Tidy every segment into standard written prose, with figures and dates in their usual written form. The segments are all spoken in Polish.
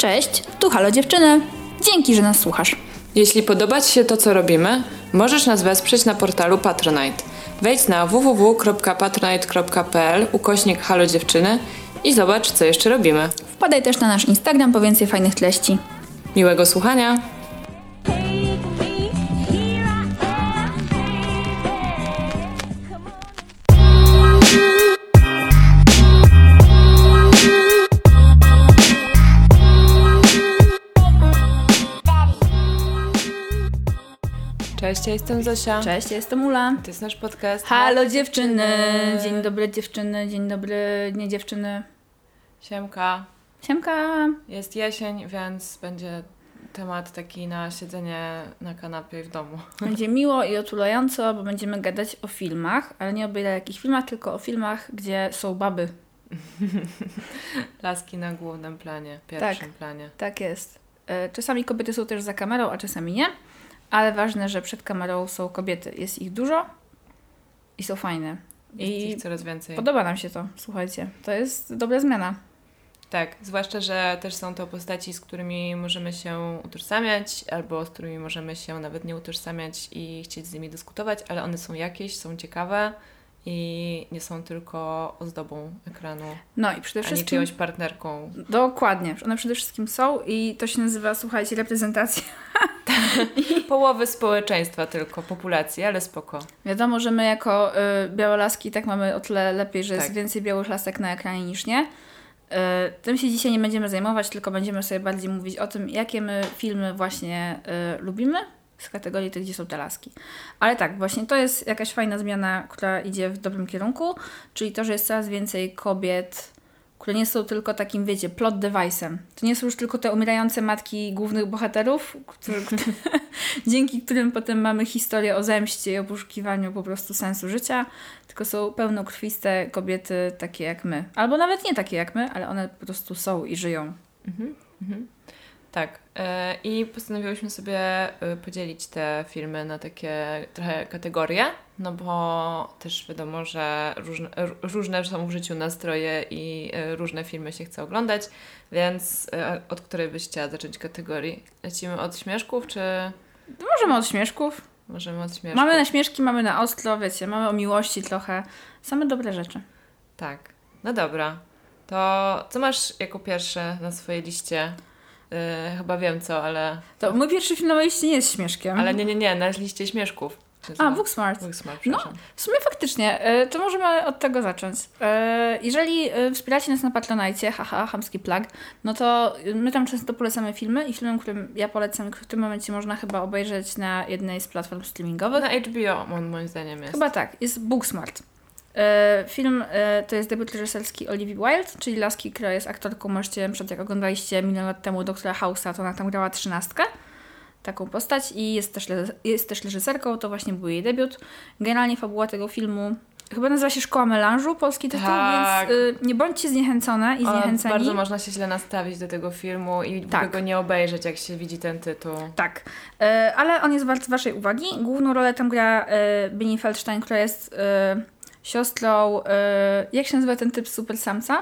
Cześć, tu Halo Dziewczyny. Dzięki, że nas słuchasz. Jeśli podoba Ci się to, co robimy, możesz nas wesprzeć na portalu Patronite. Wejdź na www.patronite.pl/Halo Dziewczyny i zobacz, co jeszcze robimy. Wpadaj też na nasz Instagram po więcej fajnych treści. Miłego słuchania! Cześć, ja jestem Zosia. Cześć, ja jestem Ula. To jest nasz podcast. Halo dziewczyny! Dzień dobry dziewczyny, dzień dobry nie dziewczyny. Siemka. Siemka. Jest jesień, więc będzie temat taki na siedzenie na kanapie w domu. Będzie miło i otulająco, bo będziemy gadać o filmach, ale nie o byle jakich filmach, tylko o filmach, gdzie są baby. Laski na głównym planie, pierwszym planie. Tak jest. Czasami kobiety są też za kamerą, a czasami nie. Ale ważne, że przed kamerą są kobiety. Jest ich dużo i są fajne. Jest ich coraz więcej. Podoba nam się to, słuchajcie. To jest dobra zmiana. Tak, zwłaszcza, że też są to postaci, z którymi możemy się utożsamiać, albo z którymi możemy się nawet nie utożsamiać i chcieć z nimi dyskutować, ale one są jakieś, są ciekawe i nie są tylko ozdobą ekranu. No i przede wszystkim... Ani czyjąś partnerką. Dokładnie. One przede wszystkim są i to się nazywa, słuchajcie, reprezentacja. Połowy społeczeństwa tylko, populacji, ale spoko. Wiadomo, że my jako białe laski tak mamy o tyle lepiej, że jest Tak. więcej białych lasek na ekranie niż nie. Tym się dzisiaj nie będziemy zajmować, tylko będziemy sobie bardziej mówić o tym, jakie my filmy właśnie lubimy z kategorii tych, gdzie są te laski. Ale tak, właśnie to jest jakaś fajna zmiana, która idzie w dobrym kierunku, czyli to, że jest coraz więcej kobiet, które nie są tylko takim, wiecie, plot device'em. To nie są już tylko te umierające matki głównych bohaterów, dzięki którym potem mamy historię o zemście i o poszukiwaniu po prostu sensu życia, tylko są pełnokrwiste kobiety takie jak my. Albo nawet nie takie jak my, ale one po prostu są i żyją. Tak. I postanowiłyśmy sobie podzielić te filmy na takie trochę kategorie, no bo też wiadomo, że różne są w życiu nastroje i różne filmy się chce oglądać, więc od której byś chciała zacząć kategorii? Lecimy od śmieszków, czy... Możemy od śmieszków. Możemy od śmieszków. Mamy na śmieszki, mamy na ostro, wiecie, mamy o miłości trochę. Same dobre rzeczy. Tak. No dobra. To co masz jako pierwsze na swojej liście? Chyba wiem co, ale... To mój pierwszy film na mojej liście nie jest śmieszkiem. Ale nie, na liście śmieszków. Booksmart. Booksmart, no, w sumie faktycznie, to możemy od tego zacząć. Jeżeli wspieracie nas na Patronite, chamski plug, no to my tam często polecamy filmy i filmem, którym ja polecam, w tym momencie można chyba obejrzeć na jednej z platform streamingowych. Na HBO moim zdaniem jest. Chyba tak, jest Booksmart. Film to jest debiut reżyserski Olivia Wilde, czyli laski, która jest aktorką, możecie, jak oglądaliście milion lat temu Doktora House'a, to ona tam grała 13, taką postać i jest też reżyserką, to właśnie był jej debiut. Generalnie fabuła tego filmu chyba nazywa się Szkoła Melanżu, polski tytuł, tak. Więc nie bądźcie zniechęcone i zniechęceni. Bardzo można się źle nastawić do tego filmu i go nie obejrzeć, jak się widzi ten tytuł. Tak, ale on jest wart waszej uwagi. Główną rolę tam gra Beanie Feldstein, która jest siostrą, jak się nazywa ten typ Super Samca?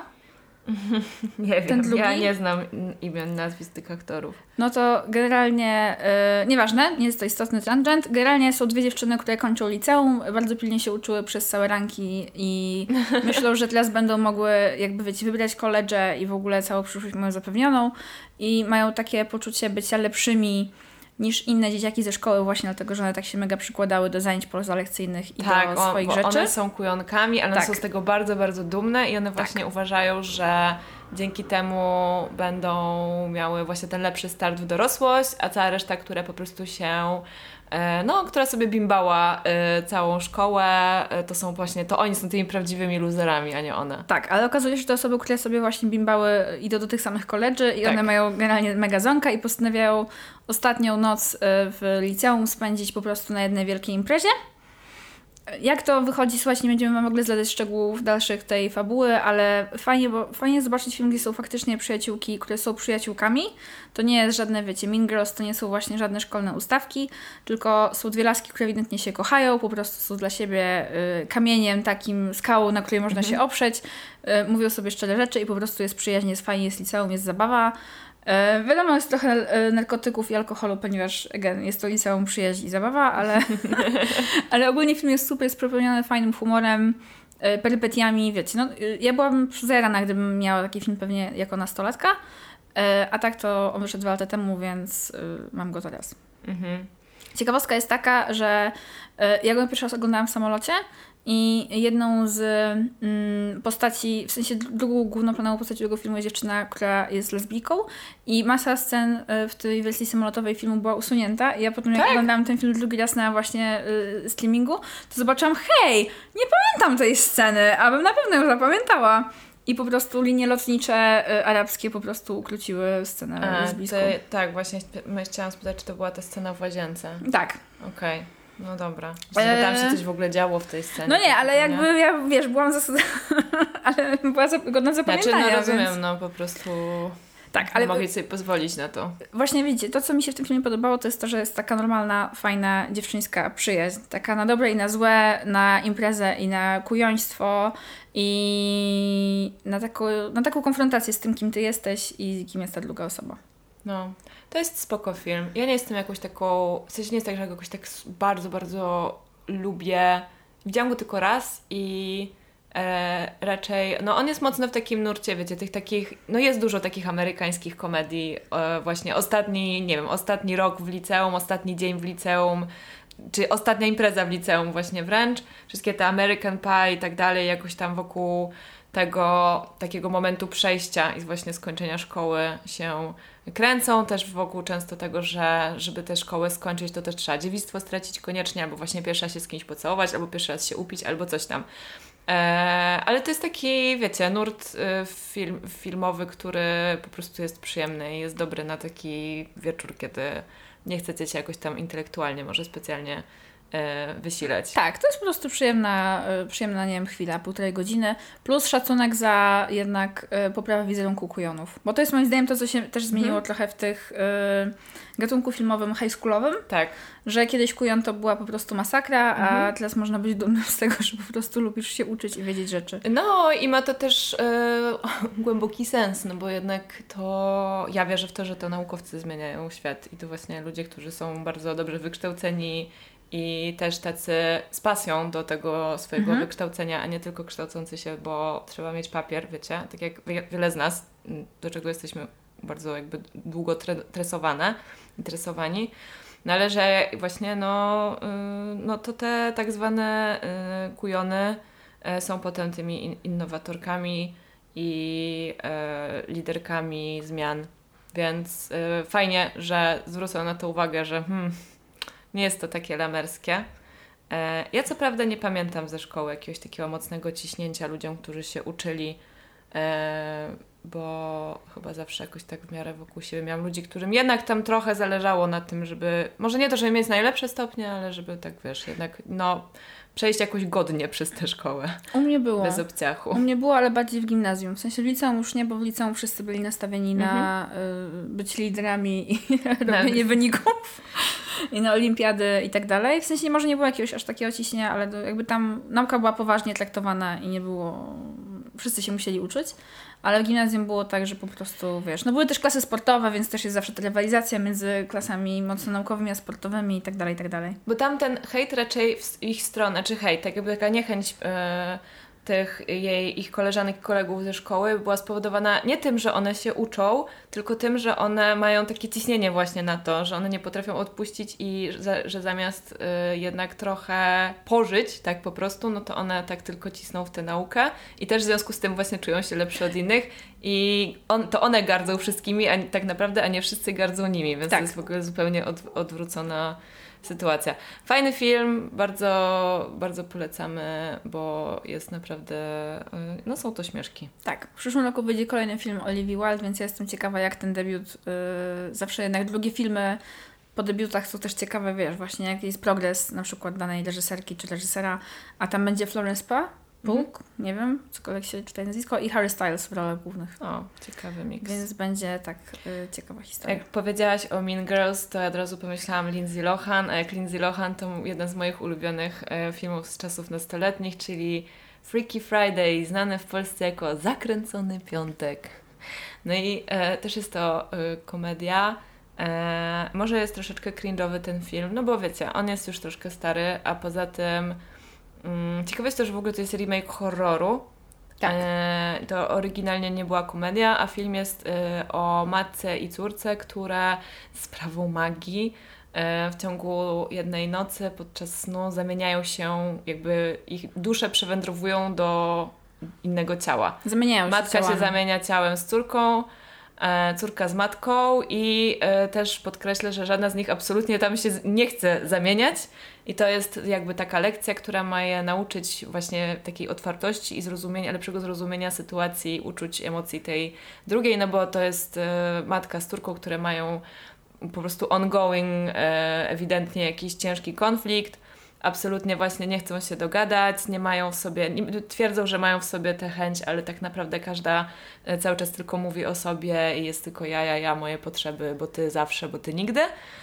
Nie wiem, ja nie znam imion, nazwisk tych aktorów. No to generalnie, nieważne, nie jest to istotny tangent. Generalnie są dwie dziewczyny, które kończą liceum, bardzo pilnie się uczyły przez całe ranki i myślą, że teraz będą mogły jakby wiecie, wybrać college i w ogóle całą przyszłość mają zapewnioną i mają takie poczucie bycia lepszymi niż inne dzieciaki ze szkoły właśnie dlatego, że one tak się mega przykładały do zajęć pozalekcyjnych i do swoich rzeczy. One są kujonkami, ale one są z tego bardzo, bardzo dumne i one właśnie uważają, że dzięki temu będą miały właśnie ten lepszy start w dorosłość, a cała reszta, która po prostu się która sobie bimbała całą szkołę, to oni są tymi prawdziwymi loserami, a nie one. Tak, ale okazuje się, że te osoby, które sobie właśnie bimbały, idą do tych samych college'y i one mają generalnie mega zonka i postanawiają ostatnią noc w liceum spędzić po prostu na jednej wielkiej imprezie. Jak to wychodzi, słuchajcie, nie będziemy wam w ogóle zdradzać szczegółów dalszych tej fabuły, ale fajnie zobaczyć film, gdzie są faktycznie przyjaciółki, które są przyjaciółkami. To nie jest żadne, wiecie, Mean Girls, to nie są właśnie żadne szkolne ustawki, tylko są dwie laski, które ewidentnie się kochają, po prostu są dla siebie kamieniem, takim skałą, na której można się oprzeć, mówią sobie szczere rzeczy i po prostu jest przyjaźń, jest fajnie, jest liceum, jest zabawa. Wiadomo, jest trochę narkotyków i alkoholu, ponieważ jest to liceum przyjaźń i zabawa, ale ogólnie film jest super, jest przepełniony fajnym humorem, perypetiami, wiecie. No, ja byłam zajrana, gdybym miała taki film pewnie jako nastolatka, a tak to on wyszedł 2 lata temu, więc mam go teraz. Ciekawostka jest taka, że ja go pierwszy raz oglądałam w samolocie i jedną z postaci, w sensie drugą głównoplanową postacią tego filmu jest dziewczyna, która jest lesbijką i masa scen w tej wersji samolotowej filmu była usunięta i ja potem jak oglądałam ten film drugi raz na właśnie streamingu, to zobaczyłam, hej, nie pamiętam tej sceny, abym na pewno ją zapamiętała. I po prostu linie lotnicze arabskie po prostu ukróciły scenę lesbijską. Tak, właśnie chciałam spytać, czy to była ta scena w łazience. Tak. Okej. No dobra. Tam się coś w ogóle działo w tej scenie. No nie, ale jakby ja, wiesz, byłam ale była godna zapamiętania. Znaczy, no rozumiem, więc... no po prostu... Tak, ale mogę sobie pozwolić na to. Właśnie widzicie, to co mi się w tym filmie podobało, to jest to, że jest taka normalna, fajna, dziewczyńska przyjaźń. Taka na dobre i na złe, na imprezę i na kujoństwo i na taką konfrontację z tym, kim ty jesteś i kim jest ta druga osoba. No, to jest spoko film. Ja nie jestem jakąś taką, w sensie nie jest tak, że ja go jakoś tak bardzo, bardzo lubię. Widziałam go tylko raz i raczej, no on jest mocno w takim nurcie, wiecie, tych takich, no jest dużo takich amerykańskich komedii, właśnie ostatni rok w liceum, ostatni dzień w liceum, czy ostatnia impreza w liceum właśnie wręcz, wszystkie te American Pie i tak dalej, jakoś tam wokół tego takiego momentu przejścia i właśnie skończenia szkoły się kręcą, też wokół często tego, że żeby te szkoły skończyć, to też trzeba dziewictwo stracić koniecznie, albo właśnie pierwszy raz się z kimś pocałować, albo pierwszy raz się upić, albo coś tam. Ale to jest taki, wiecie, nurt filmowy, który po prostu jest przyjemny i jest dobry na taki wieczór, kiedy nie chcecie się jakoś tam intelektualnie może specjalnie wysilać. Tak, to jest po prostu przyjemna, nie wiem, chwila, 1,5 godziny, plus szacunek za jednak poprawę wizerunku kujonów. Bo to jest moim zdaniem to, co się też zmieniło trochę w tych gatunku filmowym high schoolowym. Tak. Że kiedyś kujon to była po prostu masakra, a teraz można być dumnym z tego, że po prostu lubisz się uczyć i wiedzieć rzeczy. No i ma to też głęboki sens, no bo jednak to ja wierzę w to, że to naukowcy zmieniają świat i to właśnie ludzie, którzy są bardzo dobrze wykształceni i też tacy z pasją do tego swojego wykształcenia, a nie tylko kształcący się, bo trzeba mieć papier, wiecie, tak jak wiele z nas, do czego jesteśmy bardzo jakby długo tresowani, no ale że właśnie no to te tak zwane kujony są potem tymi innowatorkami i liderkami zmian, więc fajnie, że zwrócą na to uwagę, że nie jest to takie lamerskie. Ja co prawda nie pamiętam ze szkoły jakiegoś takiego mocnego ciśnięcia ludziom, którzy się uczyli, bo chyba zawsze jakoś tak w miarę wokół siebie miałam ludzi, którym jednak tam trochę zależało na tym, żeby, może nie to, żeby mieć najlepsze stopnie, ale żeby tak, wiesz, jednak przejść jakoś godnie przez tę szkołę. U mnie było. Bez obciachu. U mnie było, ale bardziej w gimnazjum. W sensie w liceum już nie, bo w liceum wszyscy byli nastawieni na być liderami i robienie wyników i na olimpiady i tak dalej. W sensie może nie było jakiegoś aż takiego ciśnienia, ale jakby tam nauka była poważnie traktowana i nie było... Wszyscy się musieli uczyć, ale w gimnazjum było tak, że po prostu, wiesz, no były też klasy sportowe, więc też jest zawsze ta rywalizacja między klasami mocno naukowymi a sportowymi i tak dalej, i tak dalej. Bo tam ten hejt raczej w ich stronę, czy hejt, tak jakby taka niechęć ich koleżanek i kolegów ze szkoły była spowodowana nie tym, że one się uczą, tylko tym, że one mają takie ciśnienie właśnie na to, że one nie potrafią odpuścić i że zamiast jednak trochę pożyć, tak po prostu, no to one tak tylko cisną w tę naukę i też w związku z tym właśnie czują się lepsze od innych i to one gardzą wszystkimi, tak naprawdę, a nie wszyscy gardzą nimi, więc tak. To jest w ogóle zupełnie odwrócona sytuacja. Fajny film, bardzo, bardzo polecamy, bo jest naprawdę, no są to śmieszki. Tak, w przyszłym roku wyjdzie kolejny film Olivia Wilde, więc ja jestem ciekawa, jak ten debiut, zawsze jednak drugie filmy po debiutach są też ciekawe, wiesz, właśnie jaki jest progres na przykład danej reżyserki czy reżysera, a tam będzie Florence Pugh, nie wiem, cokolwiek się czyta nazwisko, i Harry Styles w rolach głównych. O, ciekawy miks. Więc będzie tak ciekawa historia. Jak powiedziałaś o Mean Girls, to ja od razu pomyślałam Lindsay Lohan, a jak Lindsay Lohan to jeden z moich ulubionych filmów z czasów nastoletnich, czyli Freaky Friday, znany w Polsce jako Zakręcony Piątek. No i też jest to komedia. Może jest troszeczkę cringe'owy ten film, no bo wiecie, on jest już troszkę stary, a poza tym ciekawe jest to, że w ogóle to jest remake horroru. Tak. To oryginalnie nie była komedia, a film jest o matce i córce, które sprawą magii w ciągu jednej nocy podczas snu zamieniają się, jakby ich dusze przewędrowują do innego ciała. Zamieniają się Matka ciałami. się zamienia ciałem z córką, córka z matką i też podkreślę, że żadna z nich absolutnie tam się nie chce zamieniać i to jest jakby taka lekcja, która ma je nauczyć właśnie takiej otwartości i zrozumienia, lepszego zrozumienia sytuacji, uczuć, emocji tej drugiej, no bo to jest matka z córką, które mają po prostu ongoing, ewidentnie jakiś ciężki konflikt, absolutnie właśnie nie chcą się dogadać, nie mają w sobie, twierdzą, że mają w sobie tę chęć, ale tak naprawdę każda cały czas tylko mówi o sobie i jest tylko ja, moje potrzeby, bo ty zawsze, bo ty nigdy.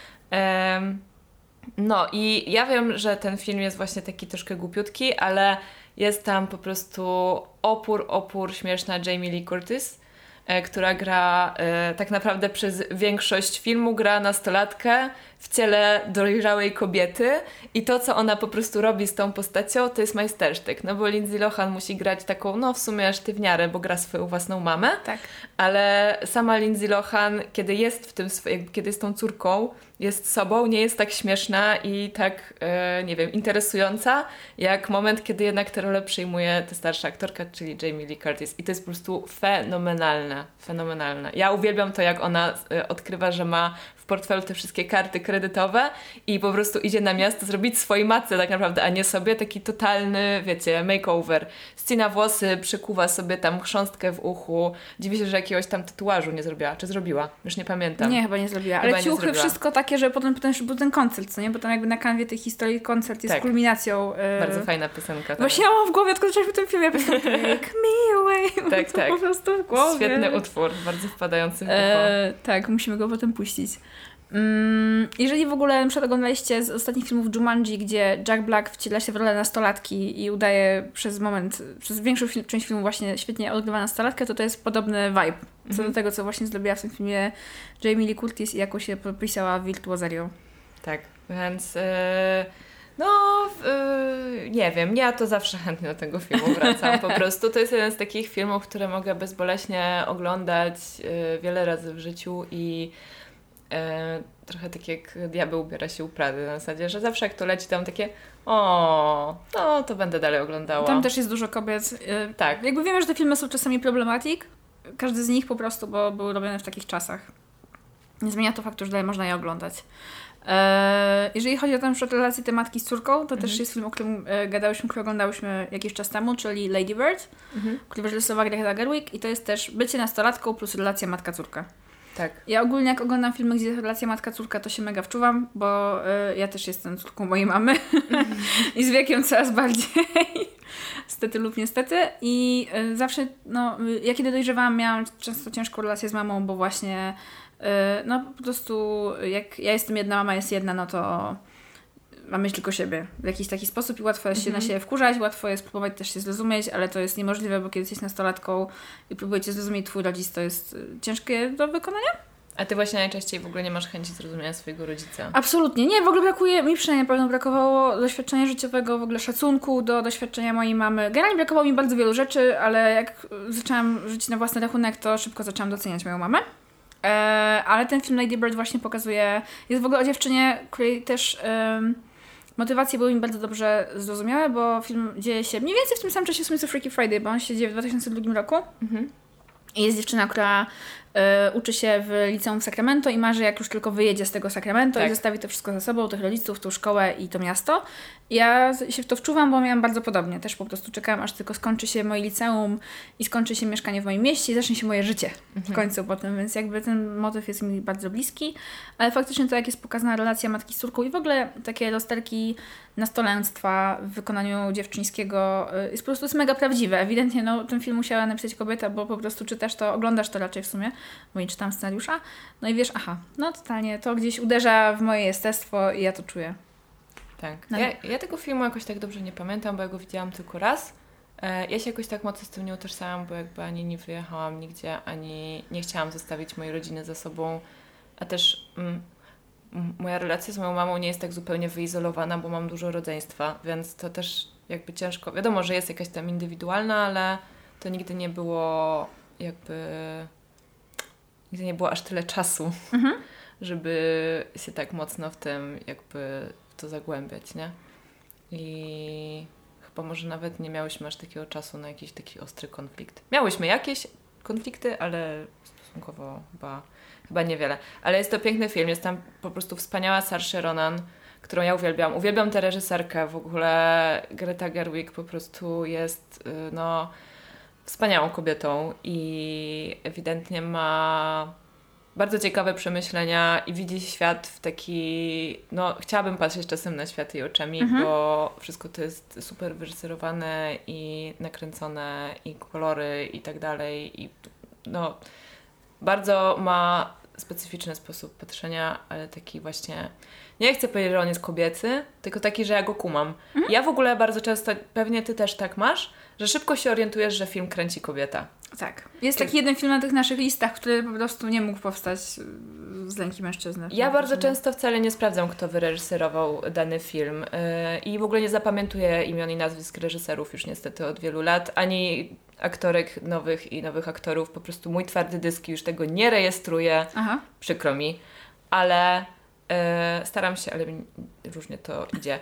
No i ja wiem, że ten film jest właśnie taki troszkę głupiutki, ale jest tam po prostu opór śmieszna Jamie Lee Curtis, która gra tak naprawdę przez większość filmu gra nastolatkę w ciele dojrzałej kobiety i to, co ona po prostu robi z tą postacią, to jest majstersztyk, no bo Lindsay Lohan musi grać taką, no w sumie sztywniarę, bo gra swoją własną mamę, Tak. ale sama Lindsay Lohan, kiedy jest w tym, kiedy jest tą córką, jest sobą, nie jest tak śmieszna i tak, nie wiem, interesująca, jak moment, kiedy jednak tę rolę przyjmuje ta starsza aktorka, czyli Jamie Lee Curtis. I to jest po prostu fenomenalne. Ja uwielbiam to, jak ona odkrywa, że ma w portfelu te wszystkie karty kredytowe i po prostu idzie na miasto zrobić swojej matce tak naprawdę, a nie sobie. Taki totalny, wiecie, makeover. Ścina włosy, przykuwa sobie tam chrząstkę w uchu. Dziwi się, że jakiegoś tam tatuażu nie zrobiła. Czy zrobiła? Już nie pamiętam. Nie, chyba nie zrobiła. Ale ciuchy, wszystko takie, że potem był ten koncert, co nie? Bo tam jakby na kanwie tej historii koncert jest kulminacją. Bardzo fajna piosenka. Właśnie ja mam w głowie, odkąd zaczęliśmy ten film, ja piosenkę Take Me Away. Tak, tak. Po prostu w głowie. Świetny utwór, bardzo wpadający w ucho. Tak, musimy go potem puścić. Jeżeli w ogóle na przykład oglądaliście z ostatnich filmów Jumanji, gdzie Jack Black wciela się w rolę nastolatki i udaje przez większą część filmu właśnie świetnie odgrywa nastolatkę, to jest podobny vibe co do tego, co właśnie zrobiła w tym filmie Jamie Lee Curtis i jaką się popisała wirtuozerią. Tak, więc nie wiem, ja to zawsze chętnie do tego filmu wracam po prostu. To jest jeden z takich filmów, które mogę bezboleśnie oglądać wiele razy w życiu i trochę tak jak diabeł ubiera się u Prady, na zasadzie, że zawsze jak to leci tam takie no to będę dalej oglądała. Tam też jest dużo kobiet. Tak. Jakby wiemy, że te filmy są czasami problematic, każdy z nich po prostu, bo były robione w takich czasach. Nie zmienia to faktu, że dalej można je oglądać. Jeżeli chodzi o tę relację tej matki z córką, to też jest film, o którym który oglądałyśmy jakiś czas temu, czyli Lady Bird, który wyreżyserowała Greta Gerwig i to jest też bycie nastolatką plus relacja matka-córka. Tak. Ja ogólnie jak oglądam filmy, gdzie jest relacja matka-córka, to się mega wczuwam, bo ja też jestem córką mojej mamy i z wiekiem coraz bardziej. Stety lub niestety. I zawsze, ja kiedy dojrzewałam, miałam często ciężką relację z mamą, bo właśnie po prostu jak ja jestem jedna, mama jest jedna, no to mamy tylko siebie w jakiś taki sposób i łatwo jest się na siebie wkurzać, łatwo jest próbować też się zrozumieć, ale to jest niemożliwe, bo kiedy jesteś nastolatką i próbujecie zrozumieć twój rodzic, to jest ciężkie do wykonania. A ty właśnie najczęściej w ogóle nie masz chęci zrozumienia swojego rodzica? Absolutnie. Nie, w ogóle brakuje, mi przynajmniej na pewno brakowało doświadczenia życiowego, w ogóle szacunku do doświadczenia mojej mamy. Generalnie brakowało mi bardzo wielu rzeczy, ale jak zaczęłam żyć na własny rachunek, to szybko zaczęłam doceniać moją mamę. Ale ten film Lady Bird właśnie pokazuje, jest w ogóle o dziewczynie, której też motywacje były mi bardzo dobrze zrozumiałe, bo film dzieje się mniej więcej w tym samym czasie w sumie co Freaky Friday, bo on się dzieje w 2002 roku. I jest dziewczyna, która uczy się w liceum w Sacramento i marzy, jak już tylko wyjedzie z tego Sacramento i zostawi to wszystko za sobą, tych rodziców, tą szkołę i to miasto. Ja się w to wczuwam, bo miałam bardzo podobnie. Też po prostu czekałam, aż tylko skończy się moje liceum i skończy się mieszkanie w moim mieście i zacznie się moje życie w końcu potem, więc jakby ten motyw jest mi bardzo bliski, ale faktycznie to, jak jest pokazana relacja matki z córką i w ogóle takie rozterki nastolenstwa w wykonaniu dziewczyńskiego jest po prostu mega prawdziwe. Ewidentnie ten film musiała napisać kobieta, bo po prostu czytasz to, oglądasz to raczej w sumie, bo nie czytam scenariusza, no i wiesz, totalnie, to gdzieś uderza w moje jestestwo i ja to czuję. Tak. Ja tego filmu jakoś tak dobrze nie pamiętam, bo ja go widziałam tylko raz Ja się jakoś tak mocno z tym nie utożsamiam, bo jakby ani nie wyjechałam nigdzie, ani nie chciałam zostawić mojej rodziny za sobą, a też moja relacja z moją mamą nie jest tak zupełnie wyizolowana, bo mam dużo rodzeństwa, więc to też jakby ciężko. Wiadomo, że jest jakaś tam indywidualna, ale to nigdy nie było aż tyle czasu, żeby się tak mocno w tym jakby w to zagłębiać, nie? I chyba może nawet nie miałyśmy aż takiego czasu na jakiś taki ostry konflikt. Miałyśmy jakieś konflikty, ale stosunkowo chyba niewiele. Ale jest to piękny film, jest tam po prostu wspaniała Saoirse Ronan, którą ja uwielbiam. Uwielbiam tę reżyserkę, w ogóle Greta Gerwig po prostu jest wspaniałą kobietą i ewidentnie ma bardzo ciekawe przemyślenia i widzi świat w taki... chciałabym patrzeć czasem na świat jej oczami, bo wszystko to jest super wyreżyserowane i nakręcone i kolory i tak dalej i bardzo ma specyficzny sposób patrzenia, ale taki właśnie... Nie chcę powiedzieć, że on jest kobiecy, tylko taki, że ja go kumam. Ja w ogóle bardzo często, pewnie ty też tak masz, że szybko się orientujesz, że film kręci kobieta. Tak. Jest taki jeden film na tych naszych listach, który po prostu nie mógł powstać z ręki mężczyzny. Ja bardzo często wcale nie sprawdzam, kto wyreżyserował dany film i w ogóle nie zapamiętuję imion i nazwisk reżyserów już niestety od wielu lat, ani aktorek nowych i nowych aktorów. Po prostu mój twardy dysk już tego nie rejestruje. Aha. Przykro mi. Ale staram się, ale różnie to idzie.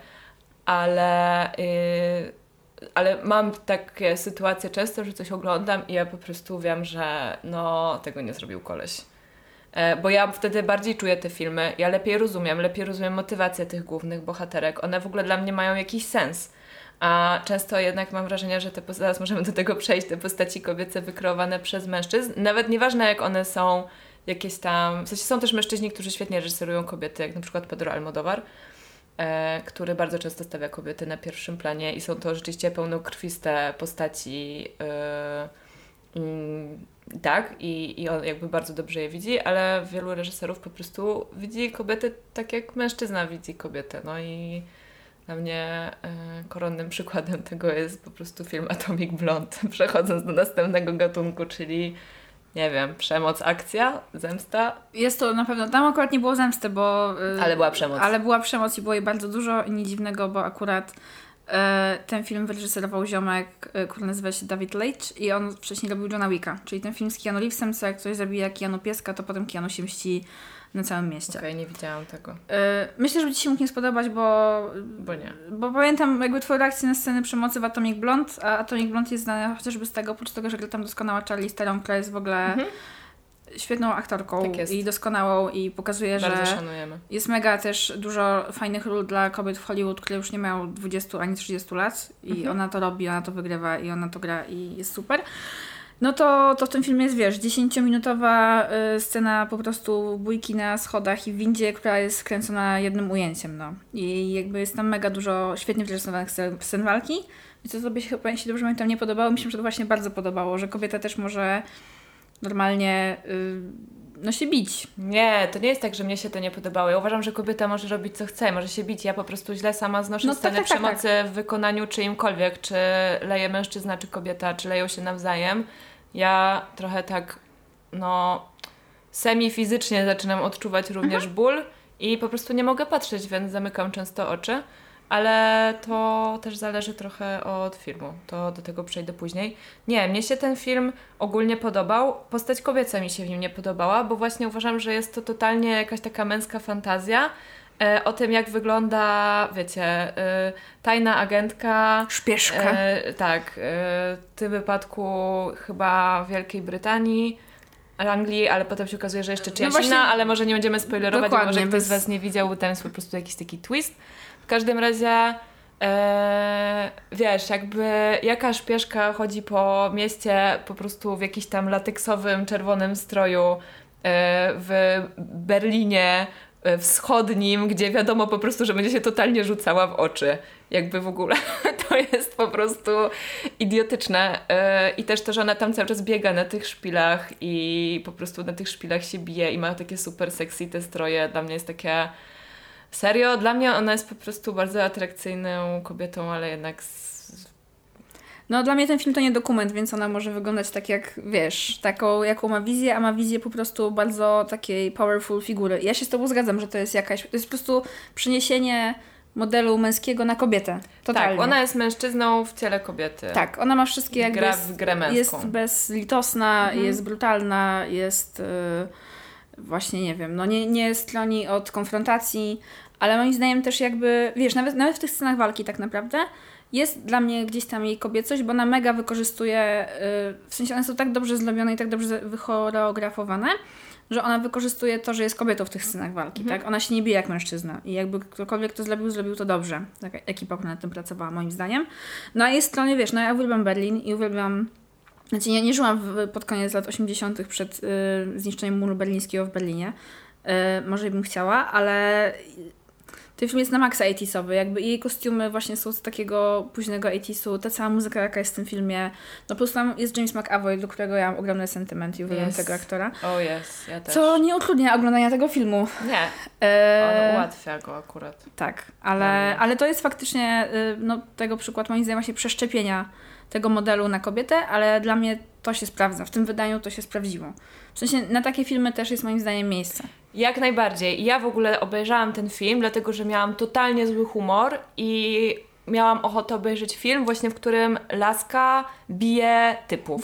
Ale mam takie sytuacje często, że coś oglądam i ja po prostu wiem, że tego nie zrobił koleś. Bo ja wtedy bardziej czuję te filmy, ja lepiej rozumiem motywację tych głównych bohaterek. One w ogóle dla mnie mają jakiś sens. A często jednak mam wrażenie, że zaraz możemy do tego przejść, te postaci kobiece wykreowane przez mężczyzn. Nawet nieważne jak one są jakieś tam... W sensie są też mężczyźni, którzy świetnie reżyserują kobiety, jak na przykład Pedro Almodóvar, który bardzo często stawia kobiety na pierwszym planie i są to rzeczywiście pełnokrwiste postaci, tak, i on jakby bardzo dobrze je widzi, ale wielu reżyserów po prostu widzi kobiety tak, jak mężczyzna widzi kobietę. I dla mnie koronnym przykładem tego jest po prostu film Atomic Blonde, przechodząc do następnego gatunku, czyli nie wiem, przemoc, akcja, zemsta. Jest to na pewno, tam akurat nie było zemsty, bo... ale była przemoc. Ale była przemoc i było jej bardzo dużo i nic dziwnego, bo akurat ten film wyreżyserował ziomek, który nazywa się David Leitch i on wcześniej robił Johna Wicka, czyli ten film z Keanu Reevesem, co jak ktoś zabija Keanu pieska, to potem Keanu się mści na całym mieście. Okej, nie widziałam tego. Myślę, że Ci się mógł nie spodobać, bo nie. Bo pamiętam jakby Twoją reakcję na sceny przemocy w Atomic Blonde, a Atomic Blonde jest znana chociażby z tego, oprócz tego, że gra tam doskonała Charlize Theron, która jest w ogóle świetną aktorką i doskonałą i pokazuje, bardzo że szanujemy. Jest mega też dużo fajnych ról dla kobiet w Hollywood, które już nie mają 20 ani 30 lat i ona to robi, ona to wygrywa i ona to gra i jest super. To w tym filmie jest, 10-minutowa scena po prostu bójki na schodach i w windzie, która jest skręcona jednym ujęciem, I jakby jest tam mega dużo świetnie wyrysowanych scen walki. I co sobie się chyba, jeśli dobrze pamiętam, nie podobało. Mi się to właśnie bardzo podobało, że kobieta też może normalnie się bić. Nie, to nie jest tak, że mnie się to nie podobało. Ja uważam, że kobieta może robić co chce, może się bić. Ja po prostu źle sama znoszę sceny przemocy w wykonaniu czyimkolwiek, czy leje mężczyzna, czy kobieta, czy leją się nawzajem. Ja trochę tak, semi-fizycznie zaczynam odczuwać również ból i po prostu nie mogę patrzeć, więc zamykam często oczy. Ale to też zależy trochę od filmu. To do tego przejdę później. Nie, mnie się ten film ogólnie podobał. Postać kobieca mi się w nim nie podobała, bo właśnie uważam, że jest to totalnie jakaś taka męska fantazja o tym, jak wygląda, wiecie, tajna agentka. Szpieszka. Tak, w tym wypadku chyba Wielkiej Brytanii, Anglii, ale potem się okazuje, że jeszcze czyjaś inna, ale może nie będziemy spoilerować, bo może ktoś z Was nie widział, bo tam jest po prostu jakiś taki twist. W każdym razie wiesz, jakby jaka szpieszka chodzi po mieście po prostu w jakiś tam lateksowym, czerwonym stroju w Berlinie wschodnim, gdzie wiadomo po prostu, że będzie się totalnie rzucała w oczy. Jakby w ogóle to jest po prostu idiotyczne. I też to, że ona tam cały czas biega na tych szpilach i po prostu na tych szpilach się bije i ma takie super sexy te stroje. Dla mnie jest takie... Serio? Dla mnie ona jest po prostu bardzo atrakcyjną kobietą, ale jednak No dla mnie ten film to nie dokument, więc ona może wyglądać tak jak, wiesz, taką jaką ma wizję, a ma wizję po prostu bardzo takiej powerful figury. Ja się z tobą zgadzam, że to jest po prostu przeniesienie modelu męskiego na kobietę. Totalnie. Tak, ona jest mężczyzną w ciele kobiety. Tak, ona ma wszystkie jakby... Gra w grę męską. Jest bezlitosna, jest brutalna, jest właśnie, nie wiem, no nie stroni od konfrontacji, ale moim zdaniem też jakby, wiesz, nawet w tych scenach walki tak naprawdę jest dla mnie gdzieś tam jej kobiecość, bo ona mega wykorzystuje, w sensie one są tak dobrze zrobione i tak dobrze wychoreografowane, że ona wykorzystuje to, że jest kobietą w tych scenach walki, tak? Ona się nie bije jak mężczyzna i jakby ktokolwiek to zrobił to dobrze. Taka ekipa, która nad tym pracowała, moim zdaniem. No a jej stronie, wiesz, no ja uwielbiam Berlin i uwielbiam... Znaczy ja nie żyłam pod koniec lat 80. przed zniszczeniem muru berlińskiego w Berlinie. Może bym chciała, ale... Ten film jest na maksa 80sowy, jakby jej kostiumy właśnie są z takiego późnego 80su, ta cała muzyka, jaka jest w tym filmie. No po prostu tam jest James McAvoy, do którego ja mam ogromny sentyment i uwielbiam tego aktora. Ja też. Co nie utrudnia oglądania tego filmu. Nie, on ułatwia go akurat. Tak, ale to jest faktycznie no, tego przykład moim zdaniem właśnie przeszczepienia tego modelu na kobietę, ale dla mnie to się sprawdza. W tym wydaniu to się sprawdziło. W sensie na takie filmy też jest moim zdaniem miejsce. Jak najbardziej. Ja w ogóle obejrzałam ten film, dlatego że miałam totalnie zły humor i miałam ochotę obejrzeć film właśnie, w którym laska bije typów.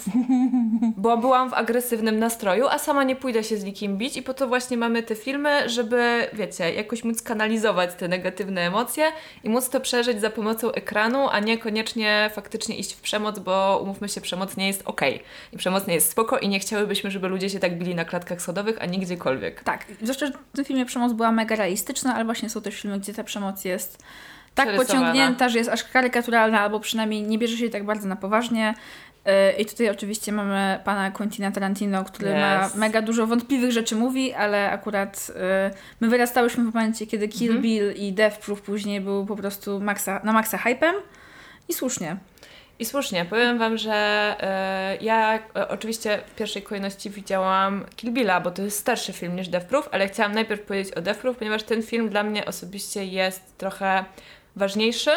Bo byłam w agresywnym nastroju, a sama nie pójdę się z nikim bić i po to właśnie mamy te filmy, żeby, wiecie, jakoś móc kanalizować te negatywne emocje i móc to przeżyć za pomocą ekranu, a nie koniecznie faktycznie iść w przemoc, bo umówmy się, przemoc nie jest okej. I przemoc nie jest spoko i nie chciałybyśmy, żeby ludzie się tak bili na klatkach schodowych, a nie gdziekolwiek. Tak, zwłaszcza, że w tym filmie przemoc była mega realistyczna, ale właśnie są też filmy, gdzie ta przemoc jest tak pociągnięta, że jest aż karykaturalna, albo przynajmniej nie bierze się tak bardzo na poważnie. I tutaj oczywiście mamy pana Quentina Tarantino, który ma mega dużo wątpliwych rzeczy mówi, ale akurat my wyrastałyśmy w momencie, kiedy Kill Bill i Death Proof później był po prostu na maksa hypem i słusznie. I słusznie. Powiem wam, że ja oczywiście w pierwszej kolejności widziałam Kill Billa, bo to jest starszy film niż Death Proof, ale chciałam najpierw powiedzieć o Death Proof, ponieważ ten film dla mnie osobiście jest trochę ważniejszy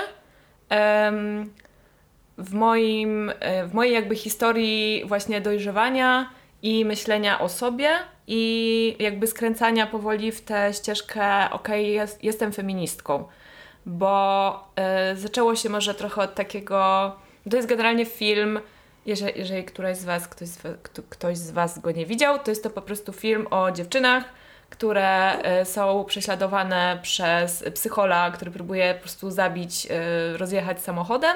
w mojej jakby historii właśnie dojrzewania i myślenia o sobie i jakby skręcania powoli w tę ścieżkę jestem feministką, bo zaczęło się może trochę od takiego, to jest generalnie film, jeżeli ktoś z was go nie widział, to jest to po prostu film o dziewczynach, które są prześladowane przez psychola, który próbuje po prostu zabić, rozjechać samochodem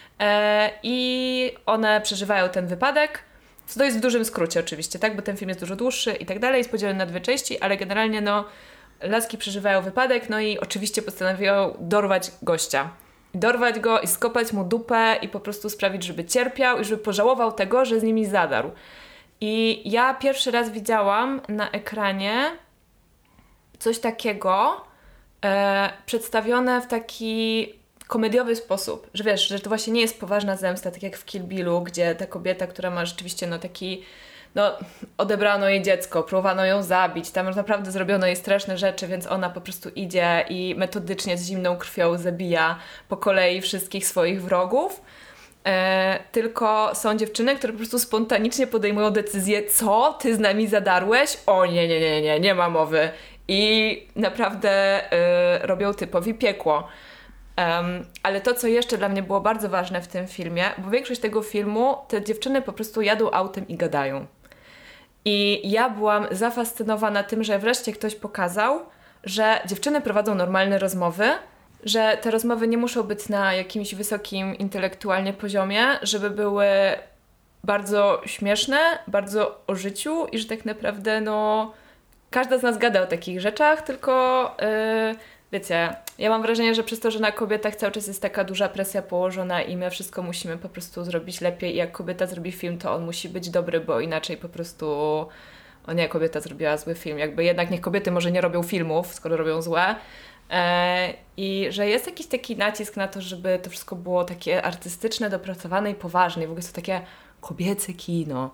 i one przeżywają ten wypadek. To jest w dużym skrócie oczywiście, tak, bo ten film jest dużo dłuższy i tak dalej, jest podzielony na 2 części, ale generalnie no laski przeżywają wypadek, no i oczywiście postanawiają dorwać gościa. Dorwać go i skopać mu dupę i po prostu sprawić, żeby cierpiał i żeby pożałował tego, że z nimi zadarł. I ja pierwszy raz widziałam na ekranie coś takiego przedstawione w taki komediowy sposób, że wiesz, że to właśnie nie jest poważna zemsta, tak jak w Kill Billu, gdzie ta kobieta, która ma rzeczywiście odebrano jej dziecko, próbowano ją zabić, tam naprawdę zrobiono jej straszne rzeczy, więc ona po prostu idzie i metodycznie z zimną krwią zabija po kolei wszystkich swoich wrogów. Tylko są dziewczyny, które po prostu spontanicznie podejmują decyzję, co? Ty z nami zadarłeś? O nie ma mowy. I naprawdę robią typowi piekło. Ale to, co jeszcze dla mnie było bardzo ważne w tym filmie, bo większość tego filmu te dziewczyny po prostu jadą autem i gadają. I ja byłam zafascynowana tym, że wreszcie ktoś pokazał, że dziewczyny prowadzą normalne rozmowy, że te rozmowy nie muszą być na jakimś wysokim intelektualnie poziomie, żeby były bardzo śmieszne, bardzo o życiu i że tak naprawdę każda z nas gada o takich rzeczach, tylko wiecie, ja mam wrażenie, że przez to, że na kobietach cały czas jest taka duża presja położona i my wszystko musimy po prostu zrobić lepiej i jak kobieta zrobi film, to on musi być dobry, bo inaczej po prostu o nie, kobieta zrobiła zły film. Jakby jednak niech kobiety może nie robią filmów, skoro robią złe. I że jest jakiś taki nacisk na to, żeby to wszystko było takie artystyczne, dopracowane i poważne. I w ogóle jest to takie kobiece kino.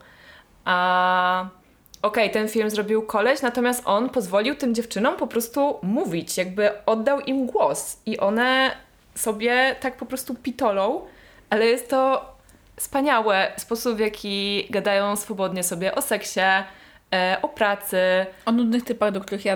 Okej, ten film zrobił koleś, natomiast on pozwolił tym dziewczynom po prostu mówić, jakby oddał im głos i one sobie tak po prostu pitolą, ale jest to wspaniałe sposób, w jaki gadają swobodnie sobie o seksie, o pracy. O nudnych typach, do których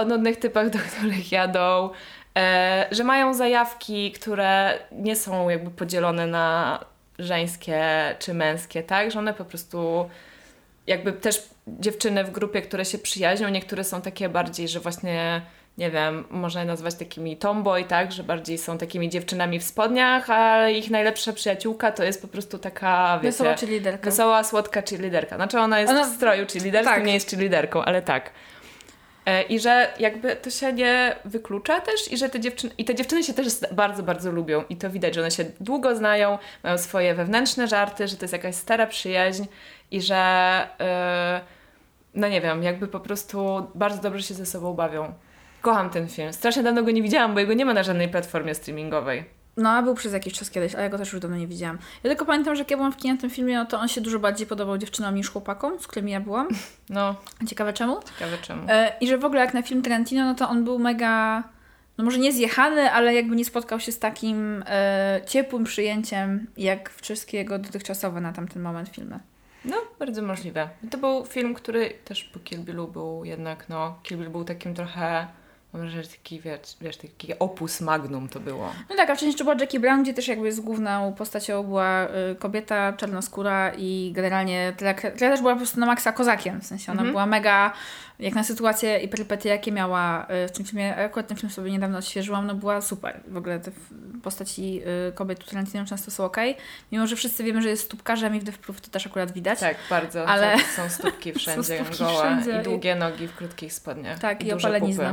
jadą. Że mają zajawki, które nie są jakby podzielone na żeńskie czy męskie, tak? Że one po prostu jakby też dziewczyny w grupie, które się przyjaźnią, niektóre są takie bardziej, że właśnie nie wiem, można je nazwać takimi tomboy, tak? Że bardziej są takimi dziewczynami w spodniach, a ich najlepsza przyjaciółka to jest po prostu taka, wiecie... Wesoła cheerleaderka. Wesoła, słodka cheerleaderka. Znaczy ona jest w stroju cheerleaderskim, tak. Nie jest cheerleaderką, ale tak. I że jakby to się nie wyklucza też i że te dziewczyny się też bardzo, bardzo lubią i to widać, że one się długo znają, mają swoje wewnętrzne żarty, że to jest jakaś stara przyjaźń i że no nie wiem, jakby po prostu bardzo dobrze się ze sobą bawią. Kocham ten film. Strasznie dawno go nie widziałam, bo jego nie ma na żadnej platformie streamingowej. No, a był przez jakiś czas kiedyś, ale ja go też już dawno nie widziałam. Ja tylko pamiętam, że jak ja byłam w kinie na tym filmie, no to on się dużo bardziej podobał dziewczynom niż chłopakom, z którymi ja byłam. No. Ciekawe czemu? Ciekawe czemu. I że w ogóle jak na film Tarantino, no to on był mega, no może nie zjechany, ale jakby nie spotkał się z takim ciepłym przyjęciem, jak wszystkie jego dotychczasowe na tamten moment filmy. No, bardzo możliwe. To był film, który też po Kill Billu był jednak, no, Kill Bill był takim trochę... Mam wrażenie, że taki, wiesz, taki opus magnum to było. No tak, a wcześniej jeszcze była Jackie Brown, gdzie też jakby z główną postacią była kobieta, czarnoskóra i generalnie która też była po prostu na maksa kozakiem, w sensie ona była mega, jak na sytuacje i perypetie, jakie miała w tym filmie, akurat ten film sobie niedawno odświeżyłam, no była super. W ogóle te postaci kobiet tu Tarantino często są okej. Mimo, że wszyscy wiemy, że jest stópkarzem i w Death Proof to też akurat widać. Tak, bardzo. Ale... Są stópki wszędzie, gołe i długie nogi w krótkich spodniach. Tak, i opalenizna.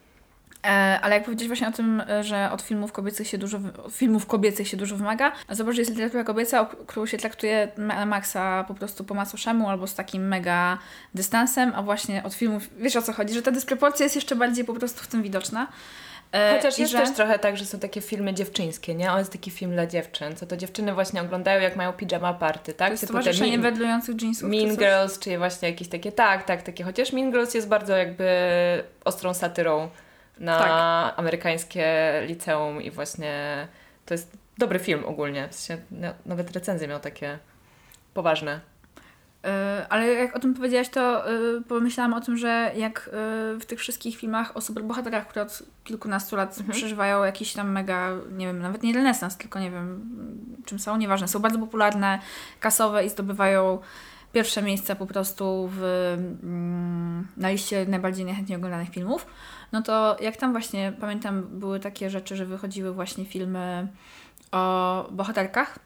Ale jak powiedzieć właśnie o tym, że od filmów kobiecych się dużo wymaga, a zobacz, że jest literatura kobieca, którą się traktuje na maksa po prostu po macoszemu albo z takim mega dystansem, a właśnie od filmów, wiesz o co chodzi, że ta dysproporcja jest jeszcze bardziej po prostu w tym widoczna. Chociaż jest też trochę tak, że są takie filmy dziewczyńskie, nie? On jest taki film dla dziewczyn, co to dziewczyny właśnie oglądają, jak mają pijama party, tak? To jest towarzyszenie wedlujących jeansów. Mean Girls, czy właśnie jakieś takie, tak, takie. Chociaż Mean Girls jest bardzo jakby ostrą satyrą na amerykańskie liceum i właśnie to jest dobry film ogólnie. W sensie, nawet recenzje miał takie poważne. Ale jak o tym powiedziałaś, to pomyślałam o tym, że jak w tych wszystkich filmach o superbohaterach, które od kilkunastu lat przeżywają jakiś tam mega, nie wiem, nawet nie renesans, tylko nie wiem czym są, nieważne, są bardzo popularne, kasowe i zdobywają pierwsze miejsca po prostu na liście najbardziej niechętnie oglądanych filmów, no to jak tam właśnie, pamiętam, były takie rzeczy, że wychodziły właśnie filmy o bohaterkach,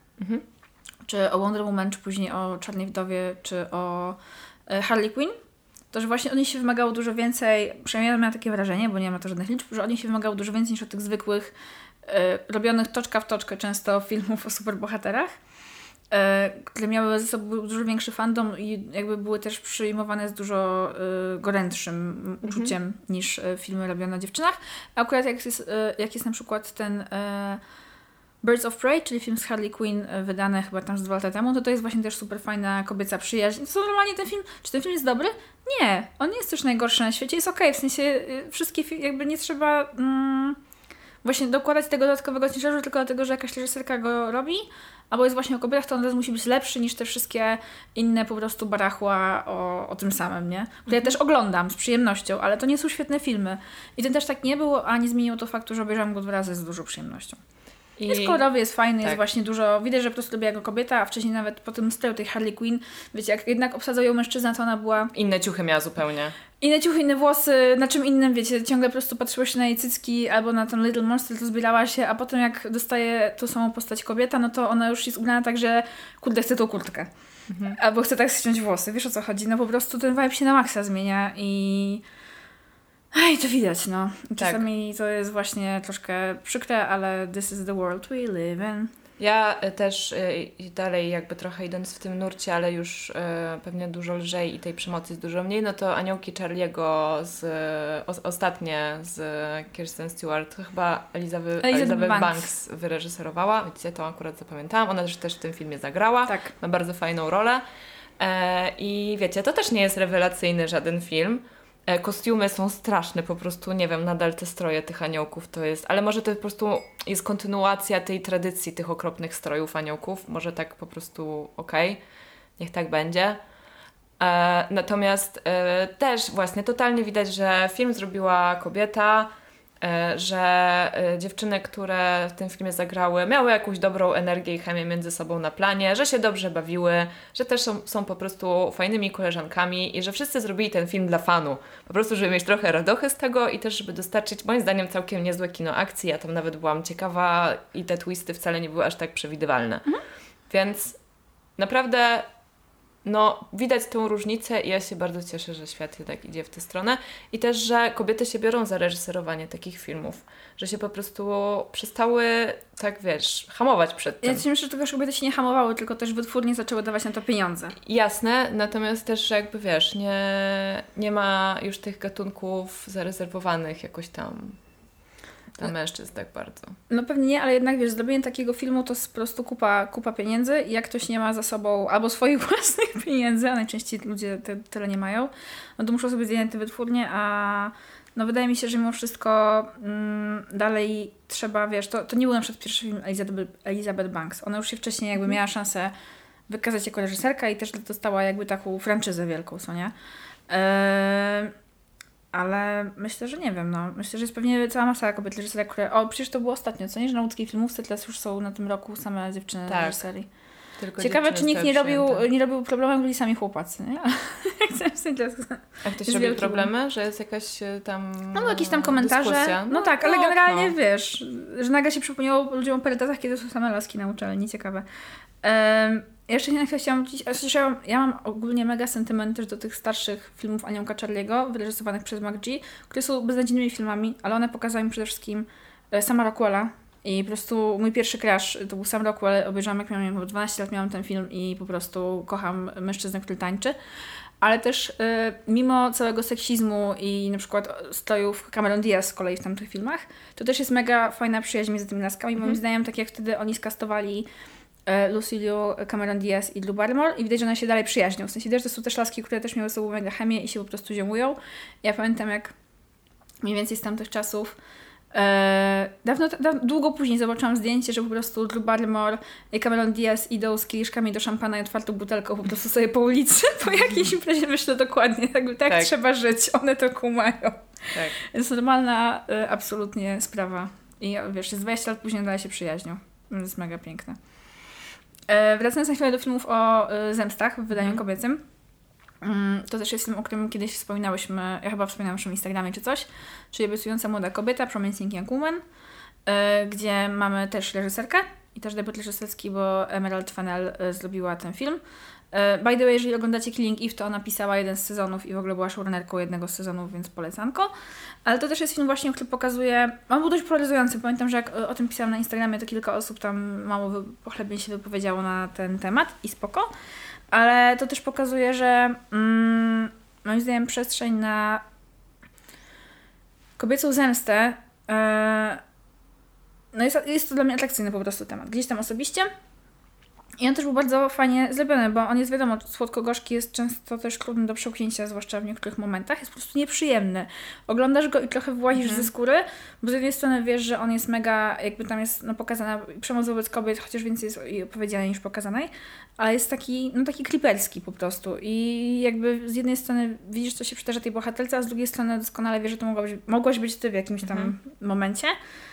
czy o Wonder Woman, czy później o Czarnej Wdowie, czy o Harley Quinn, to że właśnie od nich się wymagało dużo więcej, przynajmniej ja miałam takie wrażenie, bo nie ma to żadnych liczb, że od nich się wymagało dużo więcej niż od tych zwykłych, robionych toczka w toczkę często filmów o superbohaterach, które miały ze sobą dużo większy fandom i jakby były też przyjmowane z dużo gorętszym uczuciem niż filmy robione na dziewczynach. A akurat jak jest na przykład ten Birds of Prey, czyli film z Harley Quinn wydany chyba tam z 2 lata temu, to jest właśnie też super fajna kobieca przyjaźń. To normalnie ten film, czy ten film jest dobry? Nie, on nie jest też najgorszy na świecie, jest okej, w sensie wszystkie jakby nie trzeba właśnie dokładać tego dodatkowego ciężaru tylko dlatego, że jakaś reżyserka go robi, albo jest właśnie o kobietach, to on teraz musi być lepszy niż te wszystkie inne po prostu barachła o tym samym, nie? Które ja też oglądam z przyjemnością, ale to nie są świetne filmy. I ten też tak nie było, a nie zmieniło to faktu, że obejrzałam go 2 razy z dużą przyjemnością. Jest kolorowy, jest fajny, jest właśnie dużo... Widać, że po prostu lubię jako kobieta, a wcześniej nawet po tym stylu tej Harley Quinn, wiecie, jak jednak obsadzał ją mężczyzna, to ona była... Inne ciuchy miała zupełnie. Inne ciuchy, inne włosy, na czym innym, wiecie, ciągle po prostu patrzyło się na jej cycki albo na ten Little Monster, to zbierała się, a potem jak dostaje tą samą postać kobieta, no to ona już jest ubrana tak, że kurde, chce tą kurtkę. Albo chce tak ściąć włosy, wiesz o co chodzi? No po prostu ten vibe się na maksa zmienia i to widać, no. Czasami to jest właśnie troszkę przykre, ale this is the world we live in. Ja też dalej jakby trochę idąc w tym nurcie, ale już pewnie dużo lżej i tej przemocy jest dużo mniej, no to Aniołki Charlie'ego ostatnie z Kirsten Stewart, to chyba Elizabeth Banks wyreżyserowała, wiecie, to akurat zapamiętałam, ona też w tym filmie zagrała, tak. Ma bardzo fajną rolę i wiecie, to też nie jest rewelacyjny żaden film, Kostiumy są straszne, po prostu, nie wiem, nadal te stroje tych aniołków to jest, ale może to po prostu jest kontynuacja tej tradycji tych okropnych strojów aniołków, może tak po prostu niech tak będzie. Natomiast też właśnie totalnie widać, że film zrobiła kobieta, że dziewczyny, które w tym filmie zagrały, miały jakąś dobrą energię i chemię między sobą na planie, że się dobrze bawiły, że też są po prostu fajnymi koleżankami i że wszyscy zrobili ten film dla fanu. Po prostu, żeby mieć trochę radochy z tego i też, żeby dostarczyć, moim zdaniem, całkiem niezłe kino akcji. Ja tam nawet byłam ciekawa i te twisty wcale nie były aż tak przewidywalne. Więc naprawdę widać tą różnicę i ja się bardzo cieszę, że świat jednak idzie w tę stronę i też, że kobiety się biorą za reżyserowanie takich filmów, że się po prostu przestały, hamować przed tym. Ja myślę, że tylko kobiety się nie hamowały, tylko też wytwórnie zaczęły dawać na to pieniądze. Jasne, natomiast też, że nie ma już tych gatunków zarezerwowanych jakoś tam dla mężczyzn tak bardzo. No pewnie nie, ale jednak zrobienie takiego filmu to jest po prostu kupa pieniędzy i jak ktoś nie ma za sobą albo swoich własnych pieniędzy, a najczęściej ludzie tyle nie mają, no to muszą sobie zdjąć te wytwórnie, a wydaje mi się, że mimo wszystko dalej trzeba, to nie był na przykład pierwszy film Elizabeth Banks. Ona już się wcześniej miała szansę wykazać jako reżyserka i też dostała taką franczyzę wielką, co nie? Ale myślę, że nie wiem, myślę, że jest pewnie cała masa kobiet reżyserek, które... przecież to było ostatnio, co nie? Że na łódzkiej filmówce teraz już są na tym roku same dziewczyny reżyserii. Ciekawe, czy nikt nie robił problemów, byli sami chłopacy, nie? A ktoś robił problemy? Że jest jakaś tam jakieś tam komentarze. Dyskusja. No tak, ale generalnie wiesz, że nagle się przypomniało ludziom o parytetach, kiedy są same laski na uczelni. Ciekawe. Jeszcze nie chciałam powiedzieć, ja mam ogólnie mega sentyment też do tych starszych filmów Aniołka Charlie'ego, wyreżyserowanych przez McG, które są beznadziejnymi filmami, ale one pokazały mi przede wszystkim Sama Rockwella i po prostu mój pierwszy crush to był Sam Rockwell, obejrzałam jak miałam 12 lat, miałam ten film i po prostu kocham mężczyznę, który tańczy. Ale też mimo całego seksizmu i na przykład strojów Cameron Diaz z kolei w tamtych filmach, to też jest mega fajna przyjaźń między tymi laskami. Moim zdaniem, tak jak wtedy oni skastowali Lucy Liu, Cameron Diaz i Drew Barrymore i widać, że one się dalej przyjaźnią. W sensie widać, że to są też laski, które też miały ze sobą mega chemię i się po prostu ziomują. Ja pamiętam, jak mniej więcej z tamtych czasów długo później zobaczyłam zdjęcie, że po prostu Drew Barrymore i Cameron Diaz idą z kieliszkami do szampana i otwartą butelką po prostu sobie po ulicy po jakiejś imprezie. Myślę dokładnie, tak trzeba żyć, one to kumają. Tak. To jest normalna absolutnie sprawa. I wiesz, jest 20 lat później dalej się przyjaźnią. To jest mega piękne. Wracając na chwilę do filmów o zemstach w wydaniu kobiecym. To też jest film, o którym kiedyś wspominałyśmy, ja chyba wspominałam już na Instagramie czy coś, czyli Obiecująca młoda kobieta, Promising Young Woman, gdzie mamy też reżyserkę i też debiut reżyserski, bo Emerald Fennell zrobiła ten film. By the way, jeżeli oglądacie Killing Eve, to ona pisała jeden z sezonów i w ogóle była showrunnerką jednego z sezonów, więc polecanko. Ale to też jest film właśnie, który pokazuje... On był dość polaryzujący. Pamiętam, że jak o tym pisałam na Instagramie, to kilka osób tam mało pochlebnie się wypowiedziało na ten temat i spoko. Ale to też pokazuje, że moim zdaniem przestrzeń na kobiecą zemstę jest to dla mnie atrakcyjny po prostu temat. Gdzieś tam osobiście. I on też był bardzo fajnie zrobiony, bo on jest, wiadomo, słodko-gorzki, jest często też trudny do przełknięcia, zwłaszcza w niektórych momentach. Jest po prostu nieprzyjemny. Oglądasz go i trochę włazisz ze skóry, bo z jednej strony wiesz, że on jest mega, tam jest pokazana przemoc wobec kobiet, chociaż więcej jest opowiedzianej niż pokazanej, ale jest taki creeperski po prostu. I z jednej strony widzisz, co się przydarza tej bohaterce, a z drugiej strony doskonale wiesz, że to mogłaś być ty w jakimś tam momencie.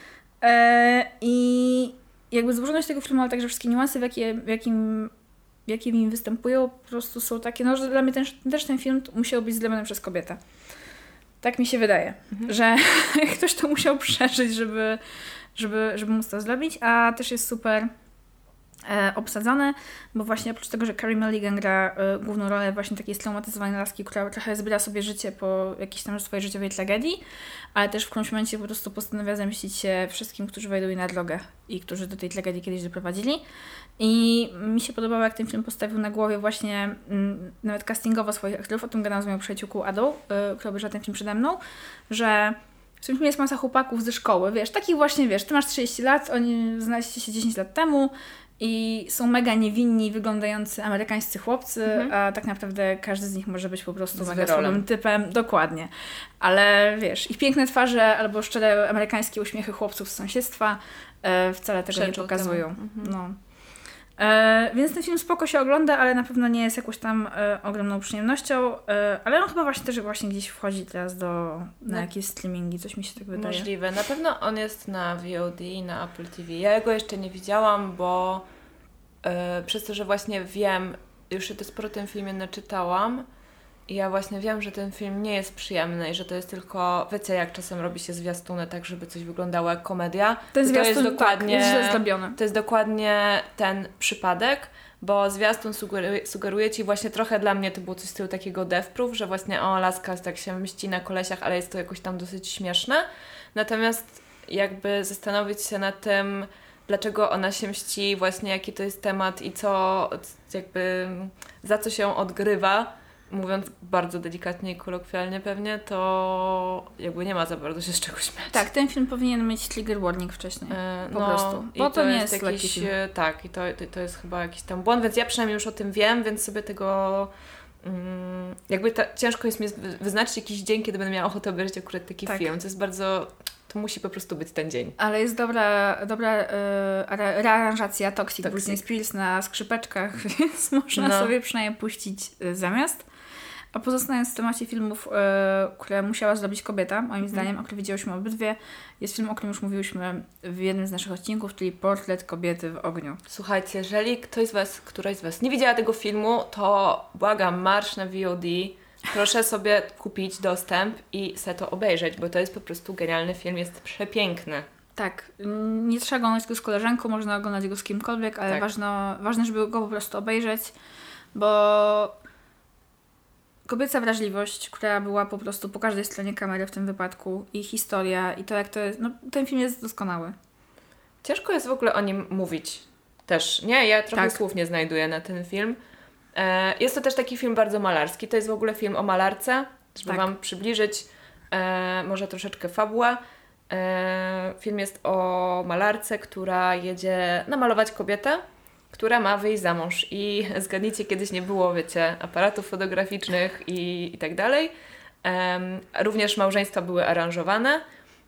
I złożoność tego filmu, ale także wszystkie niuanse, w jakim występują, po prostu są takie, że dla mnie też ten film musiał być zrobiony przez kobietę. Tak mi się wydaje, że ktoś to musiał przeżyć, żeby móc to zrobić, a też jest super obsadzone, bo właśnie oprócz tego, że Carey Mulligan gra główną rolę właśnie takiej straumatyzowanej laski, która trochę zbiera sobie życie po jakiejś tam swojej życiowej tragedii, ale też w którymś momencie po prostu postanawia zemścić się wszystkim, którzy wejdą jej na drogę i którzy do tej tragedii kiedyś doprowadzili. I mi się podobało, jak ten film postawił na głowie właśnie nawet castingowo swoich aktorów, o tym gadałam z moją przyjaciółką Adą, która obejrzała ten film przede mną, że W tym filmie jest masa chłopaków ze szkoły, wiesz, takich właśnie, wiesz, ty masz 30 lat, oni znaleźli się 10 lat temu i są mega niewinni, wyglądający amerykańscy chłopcy, a tak naprawdę każdy z nich może być po prostu mega słabym typem. Dokładnie. Ale wiesz, ich piękne twarze albo szczere amerykańskie uśmiechy chłopców z sąsiedztwa wcale tego nie pokazują. No. Więc ten film spoko się ogląda, ale na pewno nie jest jakąś tam ogromną przyjemnością, ale on chyba właśnie też gdzieś wchodzi teraz na jakieś streamingi, coś mi się tak wydaje. Możliwe. Na pewno on jest na VOD, na Apple TV. Ja go jeszcze nie widziałam, bo przez to, że właśnie wiem, już się to sporo o tym filmie naczytałam i ja właśnie wiem, że ten film nie jest przyjemny i że to jest tylko, wiecie, jak czasem robi się zwiastuny tak, żeby coś wyglądało jak komedia. Ten zwiastun jest dokładnie, jest źle zrobiony. To jest dokładnie ten przypadek, bo zwiastun sugeruje Ci właśnie trochę, dla mnie to było coś w stylu takiego death proof, że właśnie laska tak się mści na kolesiach, ale jest to jakoś tam dosyć śmieszne. Natomiast jakby zastanowić się nad tym, dlaczego ona się mści, właśnie jaki to jest temat i co jakby za co się odgrywa, mówiąc bardzo delikatnie i kolokwialnie pewnie, to jakby nie ma za bardzo się z czego śmiać. Tak, ten film powinien mieć trigger warning wcześniej. Po prostu. Bo to nie jest jakiś film. Tak, i to jest chyba jakiś tam błąd, więc ja przynajmniej już o tym wiem, więc sobie tego jakby ciężko jest mi wyznaczyć jakiś dzień, kiedy będę miała ochotę obejrzeć akurat taki film. To jest bardzo... To musi po prostu być ten dzień. Ale jest dobra rearanżacja Toxic Britney Spears na skrzypeczkach, więc można sobie przynajmniej puścić zamiast. A pozostając w temacie filmów, które musiała zrobić kobieta, moim zdaniem, o których widziałyśmy obydwie, jest film, o którym już mówiłyśmy w jednym z naszych odcinków, czyli Portret kobiety w ogniu. Słuchajcie, jeżeli któraś z Was nie widziała tego filmu, to błagam, marsz na VOD. Proszę sobie kupić dostęp i sobie to obejrzeć, bo to jest po prostu genialny film, jest przepiękny. Tak, nie trzeba oglądać go z koleżanką, można oglądać go z kimkolwiek, ale ważne, żeby go po prostu obejrzeć, bo kobieca wrażliwość, która była po prostu po każdej stronie kamery w tym wypadku i historia i to jak to jest, ten film jest doskonały. Ciężko jest w ogóle o nim mówić też, nie? Ja trochę słów nie znajduję na ten film. Jest to też taki film bardzo malarski. To jest w ogóle film o malarce, żeby Wam przybliżyć może troszeczkę fabułę. Film jest o malarce, która jedzie namalować kobietę, która ma wyjść za mąż. I zgadnijcie, kiedyś nie było, wiecie, aparatów fotograficznych i tak dalej. Również małżeństwa były aranżowane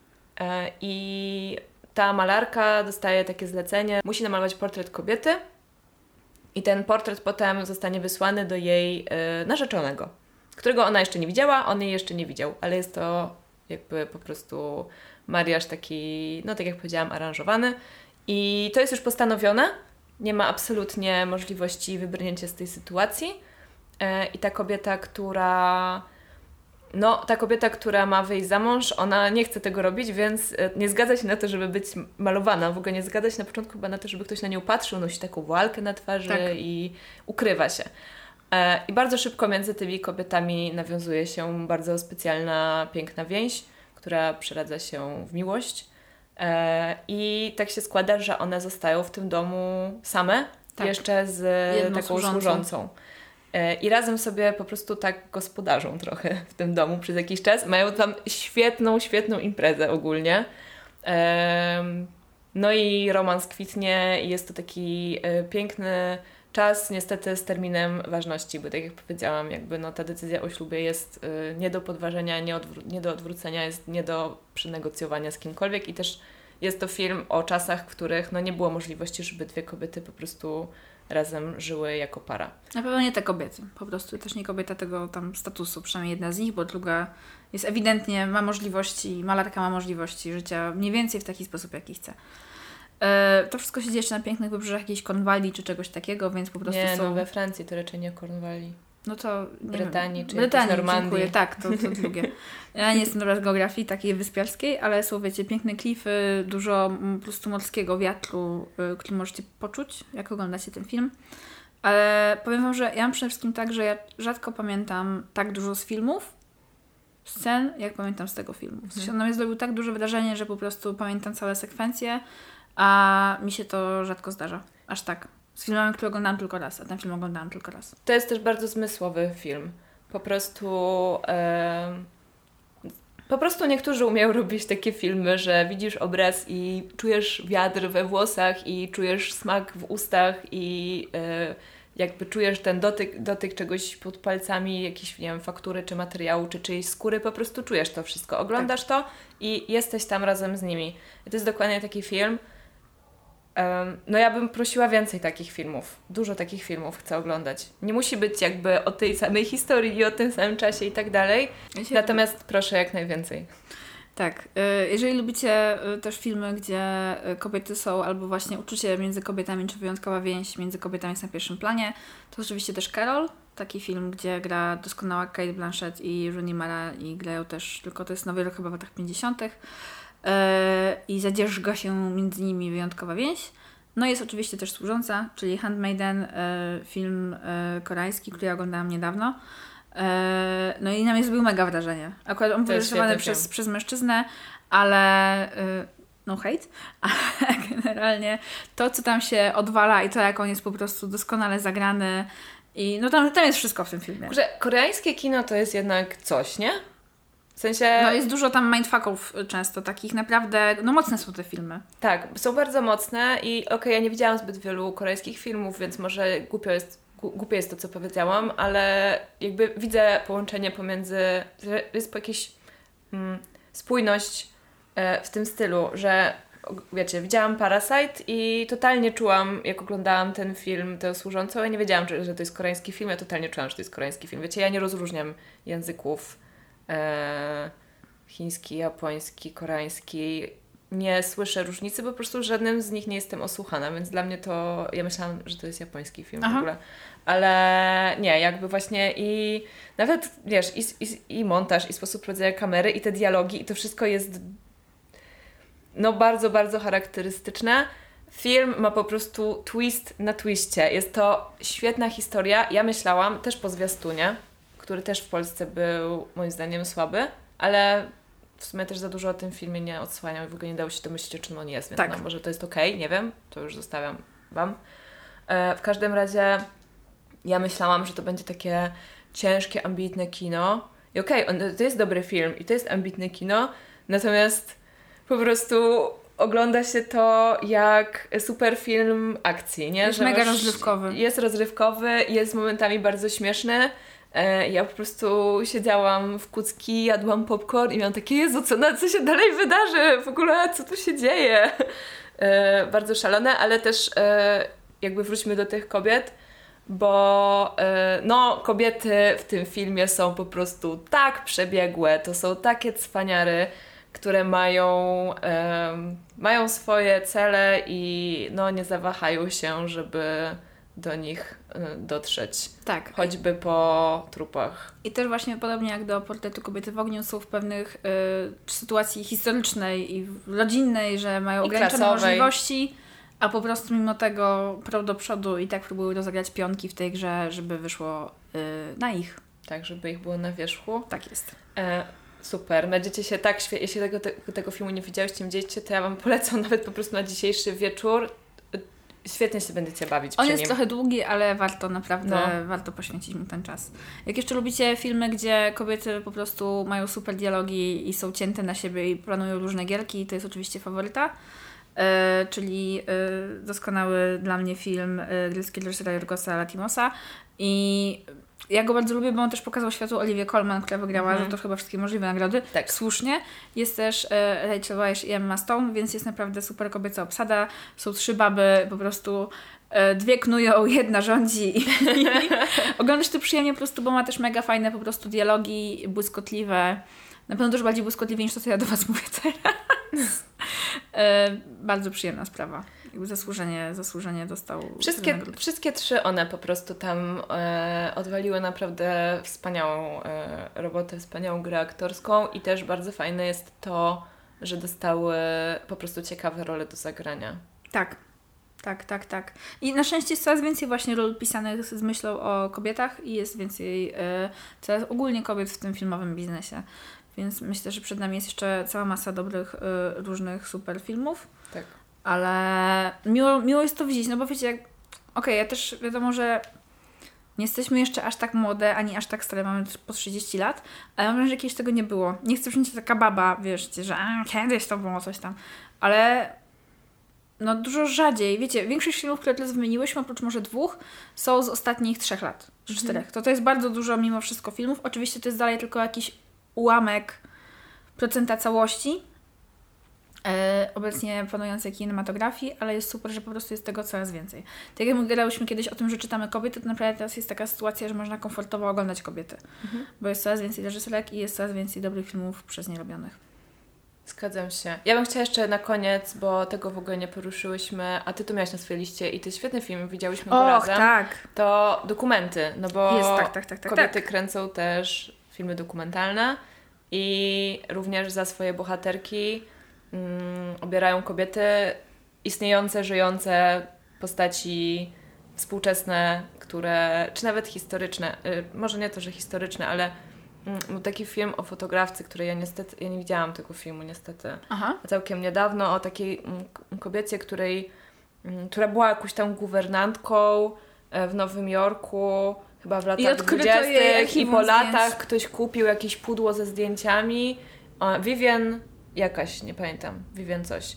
i ta malarka dostaje takie zlecenie. Musi namalować portret kobiety. I ten portret potem zostanie wysłany do jej narzeczonego, którego ona jeszcze nie widziała, on jej jeszcze nie widział, ale jest to jakby po prostu mariaż taki, tak jak powiedziałam, aranżowany. I to jest już postanowione, nie ma absolutnie możliwości wybrnięcia z tej sytuacji. I ta kobieta, która ma wyjść za mąż, ona nie chce tego robić, więc nie zgadza się na to, żeby być malowana. W ogóle nie zgadza się na początku chyba na to, żeby ktoś na nią patrzył, nosi taką walkę na twarzy i ukrywa się. I bardzo szybko między tymi kobietami nawiązuje się bardzo specjalna, piękna więź, która przeradza się w miłość. I tak się składa, że one zostają w tym domu same, jeszcze z taką służącą. I razem sobie po prostu tak gospodarzą trochę w tym domu przez jakiś czas. Mają tam świetną imprezę ogólnie. No i romans kwitnie i jest to taki piękny czas, niestety z terminem ważności, bo tak jak powiedziałam, jakby ta decyzja o ślubie jest nie do podważenia, nie do odwrócenia, jest nie do przenegocjowania z kimkolwiek i też jest to film o czasach, w których nie było możliwości, żeby dwie kobiety po prostu razem żyły jako para. Na pewno nie te kobiety, po prostu też nie kobieta tego tam statusu, przynajmniej jedna z nich, bo druga jest ewidentnie, malarka ma możliwości życia mniej więcej w taki sposób, jaki chce. To wszystko się dzieje jeszcze na pięknych wybrzeżach jakiejś Kornwalii czy czegoś takiego, więc po prostu Nie, we Francji to raczej nie Kornwalii. No to Brytanii czy Normandii. Dziękuję. Tak, to drugie. Ja nie jestem dobra z geografii takiej wyspiarskiej, ale są, wiecie, piękne klify, dużo po prostu morskiego wiatru, który możecie poczuć, jak oglądacie ten film. Ale powiem Wam, że ja mam przede wszystkim tak, że ja rzadko pamiętam tak dużo z filmów, scen, jak pamiętam z tego filmu. W sensie on mnie zrobił tak duże wydarzenie, że po prostu pamiętam całe sekwencje, a mi się to rzadko zdarza. Aż tak. Z filmami, które oglądałam tylko raz, a ten film oglądałam tylko raz. To jest też bardzo zmysłowy film. Po prostu Po prostu niektórzy umieją robić takie filmy, że widzisz obraz i czujesz wiatr we włosach i czujesz smak w ustach i jakby czujesz ten dotyk czegoś pod palcami, jakiejś, nie wiem, faktury czy materiału, czy czyjejś skóry, po prostu czujesz to wszystko. Oglądasz to i jesteś tam razem z nimi. I to jest dokładnie taki film. No ja bym prosiła więcej takich filmów. Dużo takich filmów chcę oglądać. Nie musi być jakby o tej samej historii i o tym samym czasie i tak dalej. Natomiast proszę jak najwięcej. Tak. Jeżeli lubicie też filmy, gdzie kobiety są, albo właśnie uczucie między kobietami, czy wyjątkowa więź między kobietami jest na pierwszym planie, to oczywiście też Carol. Taki film, gdzie gra doskonała Cate Blanchett i Rooney Mara i grają też, tylko to jest nowy rok chyba w latach 50. I zadzierzga się między nimi wyjątkowa więź. No jest oczywiście też Służąca, czyli Handmaiden, film koreański, który ja oglądałam niedawno. No i na mnie zrobił mega wrażenie. Akurat on był reżyserowany przez mężczyznę, ale no hate, ale generalnie to, co tam się odwala i to, jak on jest po prostu doskonale zagrany i no tam jest wszystko w tym filmie. Że koreańskie kino to jest jednak coś, nie? W sensie... No jest dużo tam mindfucków często, takich naprawdę, no mocne są te filmy. Tak, są bardzo mocne i ja nie widziałam zbyt wielu korejskich filmów, więc może głupie jest to, co powiedziałam, ale jakby widzę połączenie pomiędzy, że jest jakaś spójność w tym stylu, że wiecie, widziałam Parasite i totalnie czułam, jak oglądałam ten film, tę Służącą, ja nie wiedziałam, że to jest koreański film, ja totalnie czułam, że to jest koreański film. Wiecie, ja nie rozróżniam języków chiński, japoński, koreański. Nie słyszę różnicy, bo po prostu żadnym z nich nie jestem osłuchana, więc dla mnie to... Ja myślałam, że to jest japoński film w ogóle. Ale nie, jakby właśnie i nawet, wiesz, i montaż, i sposób prowadzenia kamery, i te dialogi, i to wszystko jest no bardzo, bardzo charakterystyczne. Film ma po prostu twist na twiście. Jest to świetna historia. Ja myślałam, też po zwiastunie, który też w Polsce był moim zdaniem słaby, ale w sumie też za dużo o tym filmie nie odsłaniał i w ogóle nie dało się domyślić, o czym on jest, więc tak. No, może to jest okej, nie wiem, to już zostawiam Wam. W każdym razie ja myślałam, że to będzie takie ciężkie, ambitne kino i to jest dobry film i to jest ambitne kino, natomiast po prostu ogląda się to jak super film akcji, nie? Jest że mega rozrywkowy. Jest rozrywkowy, jest momentami bardzo śmieszny. Ja po prostu siedziałam w kucki, jadłam popcorn i miałam takie, Jezu, co się dalej wydarzy? W ogóle, co tu się dzieje? Bardzo szalone, ale też jakby wróćmy do tych kobiet, bo no, kobiety w tym filmie są po prostu tak przebiegłe, to są takie cwaniary, które mają swoje cele i no, nie zawahają się, żeby do nich dotrzeć. Tak. Choćby po trupach. I też właśnie podobnie jak do Portretu kobiety w ogniu są w pewnych sytuacji historycznej i rodzinnej, że mają ograniczone możliwości, a po prostu mimo tego prą do przodu i tak próbują rozegrać pionki w tej grze, żeby wyszło na ich. Tak, żeby ich było na wierzchu. Tak jest. Super, będziecie się tak świetnie, jeśli tego filmu nie widziałyście, widzieliście, to ja Wam polecam nawet po prostu na dzisiejszy wieczór. Świetnie się będziecie bawić On jest trochę długi, ale warto naprawdę, warto poświęcić mu ten czas. Jak jeszcze lubicie filmy, gdzie kobiety po prostu mają super dialogi i są cięte na siebie i planują różne gierki, to jest oczywiście faworyta. Czyli doskonały dla mnie film greckiego reżysera Yorgosa Lanthimosa i ja go bardzo lubię, bo on też pokazał światu Olivię Colman, która wygrała za to chyba wszystkie możliwe nagrody. Tak. Słusznie. Jest też Rachel Weisz i Emma Stone, więc jest naprawdę super kobieca obsada. Są 3 baby, po prostu 2 knują, 1 rządzi. Oglądasz to przyjemnie po prostu, bo ma też mega fajne po prostu dialogi, błyskotliwe. Na pewno dużo bardziej błyskotliwie niż to, co ja do Was mówię teraz. Bardzo przyjemna sprawa. Jakby zasłużenie dostał. Wszystkie 3 one po prostu tam odwaliły naprawdę wspaniałą robotę, wspaniałą grę aktorską i też bardzo fajne jest to, że dostały po prostu ciekawe role do zagrania. Tak. I na szczęście jest coraz więcej właśnie ról pisanych z myślą o kobietach i jest więcej coraz ogólnie kobiet w tym filmowym biznesie. Więc myślę, że przed nami jest jeszcze cała masa dobrych, różnych super filmów. Tak. Ale miło jest to widzieć, no bo wiecie, ja też wiadomo, że Nie jesteśmy jeszcze aż tak młode, ani aż tak stare, mamy po 30 lat, ale mam wrażenie, że kiedyś tego nie było. Nie chcę brzmieć taka baba, wiesz, że kiedyś to było coś tam, ale no dużo rzadziej. Wiecie, większość filmów, które teraz wymieniłyśmy, oprócz może 2, są z ostatnich 3 lat, czy 4. To jest bardzo dużo mimo wszystko filmów. Oczywiście to jest dalej tylko jakiś ułamek procenta całości obecnie panującej kinematografii, ale jest super, że po prostu jest tego coraz więcej. Tak jak my gadałyśmy kiedyś o tym, że czytamy kobiety, to naprawdę teraz jest taka sytuacja, że można komfortowo oglądać kobiety. Bo jest coraz więcej reżyserek i jest coraz więcej dobrych filmów przez nie robionych. Zgadzam się. Ja bym chciała jeszcze na koniec, bo tego w ogóle nie poruszyłyśmy, a Ty to miałaś na swojej liście i Ty świetny film, widziałyśmy go razem. Tak. To dokumenty, no bo jest, tak, kobiety kręcą też filmy dokumentalne i również za swoje bohaterki obierają kobiety istniejące, żyjące postaci współczesne, które, czy nawet historyczne, może nie to, że historyczne, ale był taki film o fotografce, której ja nie widziałam tego filmu niestety. Aha. Całkiem niedawno, o takiej kobiecie, która była jakąś tam guwernantką w Nowym Jorku, chyba w latach 20. I po latach ktoś kupił jakieś pudło ze zdjęciami. Vivian jakaś, nie pamiętam, Vivian coś.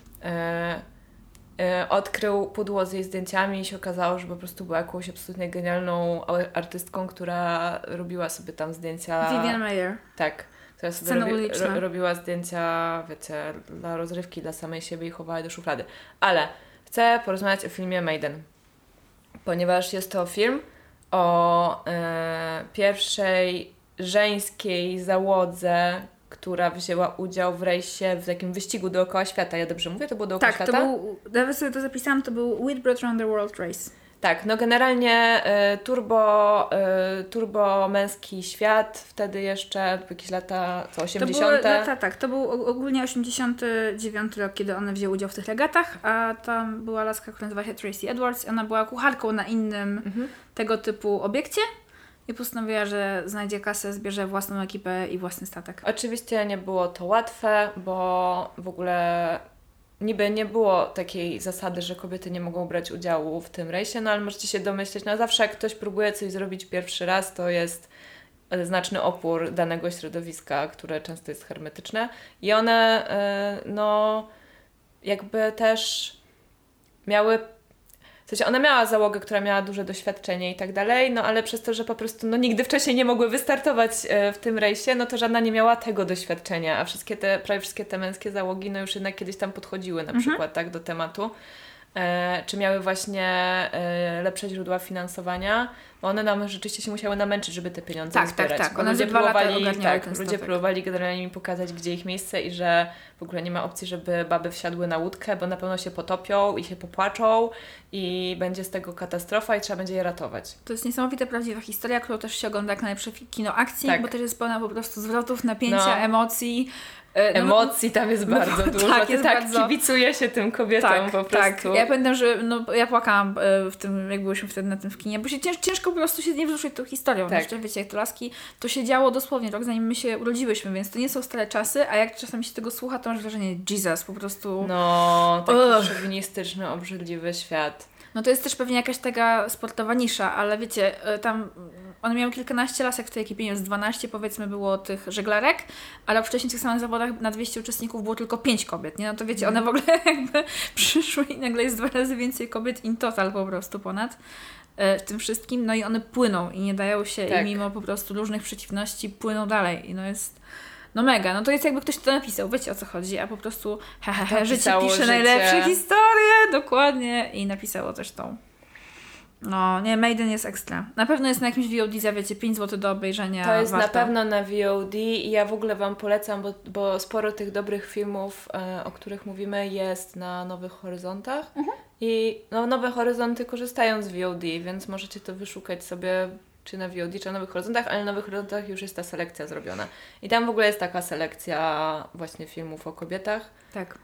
Odkrył pudło z jej zdjęciami i się okazało, że po prostu była jakąś absolutnie genialną artystką, która robiła sobie tam zdjęcia. Vivian Maier. Tak, która sobie robiła zdjęcia, wiecie, dla rozrywki, dla samej siebie i chowała je do szuflady. Ale chcę porozmawiać o filmie Maiden, ponieważ jest to film o pierwszej żeńskiej załodze, która wzięła udział w rejsie, w takim wyścigu dookoła świata. Ja dobrze mówię? To było dookoła świata? Tak, nawet sobie to zapisałam, to był Whitbread Round the World Race. Tak, no generalnie turbo męski świat, wtedy jeszcze jakieś lata, 80. To był ogólnie 89 rok, kiedy one wzięły udział w tych regatach, a tam była laska, która nazywa się Tracy Edwards. Ona była kucharką na innym tego typu obiekcie. I postanowiła, że znajdzie kasę, zbierze własną ekipę i własny statek. Oczywiście nie było to łatwe, bo w ogóle niby nie było takiej zasady, że kobiety nie mogą brać udziału w tym rejsie, no ale możecie się domyśleć, no zawsze jak ktoś próbuje coś zrobić pierwszy raz, to jest znaczny opór danego środowiska, które często jest hermetyczne. I one no jakby też miały... W sensie ona miała załogę, która miała duże doświadczenie i tak dalej, no ale przez to, że po prostu nigdy wcześniej nie mogły wystartować w tym rejsie, no to żadna nie miała tego doświadczenia, a prawie wszystkie te męskie załogi no już jednak kiedyś tam podchodziły na przykład tak do tematu. Czy miały właśnie lepsze źródła finansowania, bo one nam rzeczywiście się musiały namęczyć, żeby te pieniądze zbierać. Tak. One za 2 lata ogarniały ten ludzie próbowali generalnie mi pokazać, gdzie ich miejsce i że w ogóle nie ma opcji, żeby baby wsiadły na łódkę, bo na pewno się potopią i się popłaczą i będzie z tego katastrofa i trzeba będzie je ratować. To jest niesamowita, prawdziwa historia, którą też się ogląda jak najlepsze kino akcji, bo też jest pełna po prostu zwrotów, napięcia, emocji. Emocji tam jest bardzo dużo. Kibicuje się tym kobietom po prostu. Tak. Ja pamiętam, że ja płakałam jak byłyśmy wtedy na tym w kinie, bo się ciężko po prostu się nie wzruszyć tą historią. Tak. Jeszcze, wiecie, jak to laski, to się działo dosłownie rok zanim my się urodziłyśmy, więc to nie są stare czasy, a jak czasami się tego słucha, to masz wrażenie, Jesus, po prostu... No, taki szowinistyczny, obrzydliwy świat. No to jest też pewnie jakaś taka sportowa nisza, ale wiecie, tam one miały kilkanaście lasek w tej ekipie, jest 12 powiedzmy było tych żeglarek, ale wcześniej w tych samych zawodach na 200 uczestników było tylko 5 kobiet, nie? No to wiecie, one w ogóle jakby przyszły i nagle jest 2 razy więcej kobiet in total po prostu ponad w tym wszystkim, no i one płyną i nie dają się i mimo po prostu różnych przeciwności płyną dalej i no jest... No mega, no to jest jakby ktoś to napisał, wiecie o co chodzi, a po prostu życie pisze najlepsze historie, dokładnie i napisało też tą. No nie, Maiden jest ekstra. Na pewno jest na jakimś VOD za, wiecie, 5 zł do obejrzenia. To jest na pewno na VOD i ja w ogóle Wam polecam, bo sporo tych dobrych filmów, o których mówimy, jest na Nowych Horyzontach i Nowe Horyzonty korzystają z VOD, więc możecie to wyszukać sobie czy na VOD, czy na Nowych Horyzontach, ale na Nowych Horyzontach już jest ta selekcja zrobiona. I tam w ogóle jest taka selekcja właśnie filmów o kobietach. Tak.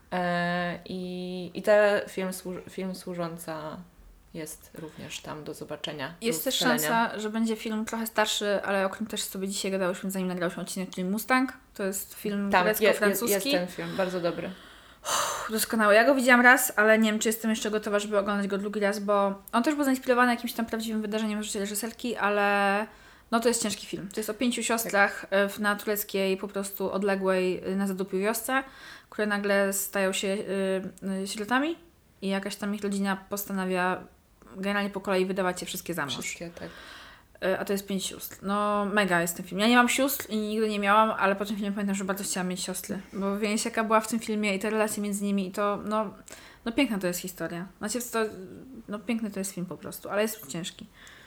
I ten film Służąca jest również tam do zobaczenia. Jest też szansa, że będzie film trochę starszy, ale o którym też sobie dzisiaj gadałyśmy, zanim nagrałyśmy odcinek, czyli Mustang. To jest film turecko-francuski. Jest ten film, bardzo dobry. Doskonały. Ja go widziałam raz, ale nie wiem, czy jestem jeszcze gotowa, żeby oglądać go drugi raz, bo on też był zainspirowany jakimś tam prawdziwym wydarzeniem w życiu reżyserki, ale no to jest ciężki film. To jest o 5 siostrach na tureckiej, po prostu odległej na zadupiu wiosce, które nagle stają się sierotami i jakaś tam ich rodzina postanawia generalnie po kolei wydawać je wszystkie za mąż. Wszystkie, tak. A to jest 5 sióstr. No mega jest ten film. Ja nie mam sióstr i nigdy nie miałam, ale po tym filmie pamiętam, że bardzo chciałam mieć siostry. Bo więc jaka była w tym filmie i te relacje między nimi i to, no piękna to jest historia. Znaczy to, no piękny to jest film po prostu, ale jest ciężki.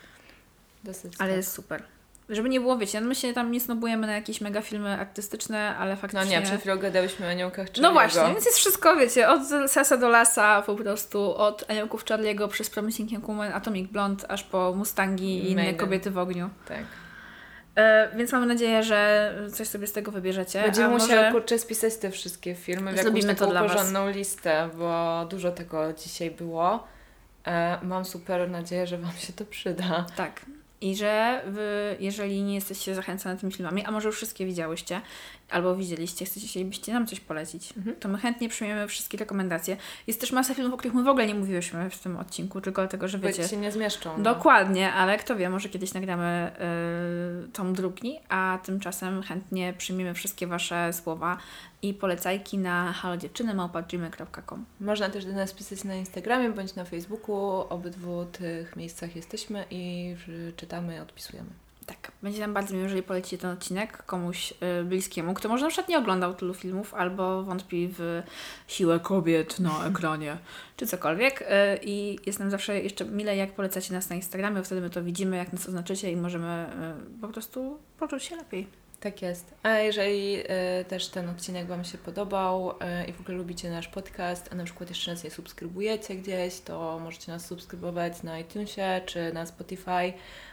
Dosyć. Ale tak. jest super. Żeby nie było, wiecie, my się tam nie snobujemy na jakieś mega filmy artystyczne, ale faktycznie... No nie, przed chwilą gadałyśmy o Aniołkach Charlie'ego. No właśnie, więc jest wszystko, wiecie, od Sasa do Lasa po prostu, od Aniołków Charlie'ego przez Promising Young Woman, Atomic Blonde, aż po Mustangi i inne Maiden. kobiety w ogniu. Tak. Więc mamy nadzieję, że coś sobie z tego wybierzecie. Będziemy musiały, kurczę, spisać te wszystkie filmy w jakąś taką porządną listę, bo dużo tego dzisiaj było. Mam super nadzieję, że Wam się to przyda. Tak. I że wy, jeżeli nie jesteście zachęcone tymi filmami, a może już wszystkie widziałyście, albo widzieliście, chcielibyście nam coś polecić, to my chętnie przyjmiemy wszystkie rekomendacje. Jest też masa filmów, o których my w ogóle nie mówiłyśmy w tym odcinku, tylko dlatego, że wiecie... Bo się nie zmieszczą. No. Dokładnie, ale kto wie, może kiedyś nagramy tom drugi, a tymczasem chętnie przyjmiemy wszystkie Wasze słowa i polecajki na halodziewczyny@gmail.com. Można też do nas pisać na Instagramie bądź na Facebooku. Obydwu tych miejscach jesteśmy i czytamy, odpisujemy. Tak, będzie nam bardzo miło, jeżeli polecicie ten odcinek komuś bliskiemu, kto może na przykład nie oglądał tylu filmów albo wątpi w siłę kobiet na ekranie, czy cokolwiek. I jest nam zawsze jeszcze mile, jak polecacie nas na Instagramie, bo wtedy my to widzimy, jak nas oznaczycie i możemy po prostu poczuć się lepiej. Tak jest. A jeżeli też ten odcinek Wam się podobał i w ogóle lubicie nasz podcast, a na przykład jeszcze nas nie subskrybujecie gdzieś, to możecie nas subskrybować na iTunesie czy na Spotify,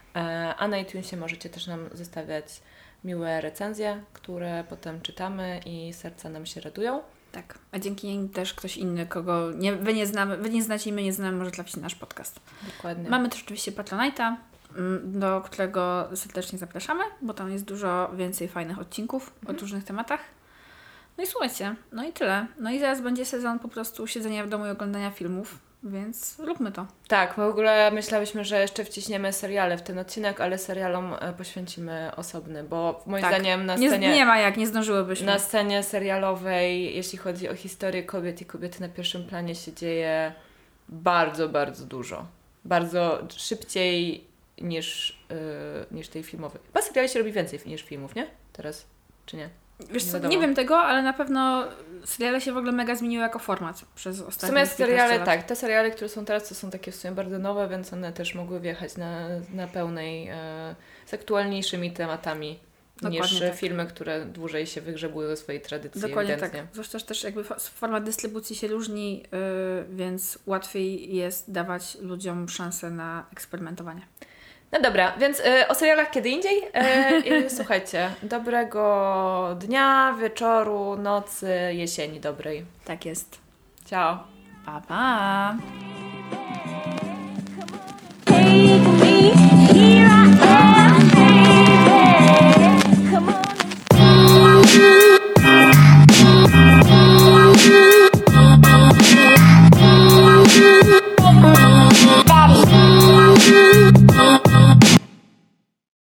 a na iTunesie możecie też nam zostawiać miłe recenzje, które potem czytamy i serca nam się radują. Tak, a dzięki nim też ktoś inny, kogo wy nie znacie i my nie znamy, może trafić na nasz podcast. Dokładnie. Mamy też oczywiście Patronite'a, do którego serdecznie zapraszamy, bo tam jest dużo więcej fajnych odcinków o różnych tematach. No i słuchajcie, no i tyle. No i zaraz będzie sezon po prostu siedzenia w domu i oglądania filmów, więc róbmy to. Tak, my w ogóle myślałyśmy, że jeszcze wciśniemy seriale w ten odcinek, ale serialom poświęcimy osobny, bo moim zdaniem na scenie... Nie ma jak, nie zdążyłybyśmy. Na scenie serialowej, jeśli chodzi o historię kobiet i kobiety na pierwszym planie się dzieje bardzo, bardzo dużo. Bardzo szybciej niż tej filmowej. Chyba seriali się robi więcej niż filmów, nie? Teraz, czy nie? Wiesz co, nie wiem tego, ale na pewno seriale się w ogóle mega zmieniły jako format przez ostatnie 15 lat. W sumie seriale, tak, te seriale, które są teraz, to są takie w sumie bardzo nowe, więc one też mogły wjechać na pełnej, z aktualniejszymi tematami. Dokładnie niż tak. Filmy, które dłużej się wygrzebują ze swojej tradycji. Dokładnie tak. Zwłaszcza też jakby format dystrybucji się różni, więc łatwiej jest dawać ludziom szansę na eksperymentowanie. No dobra, więc o serialach kiedy indziej. Słuchajcie, dobrego dnia, wieczoru, nocy, jesieni dobrej. Tak jest. Ciao. Pa, pa. Hey.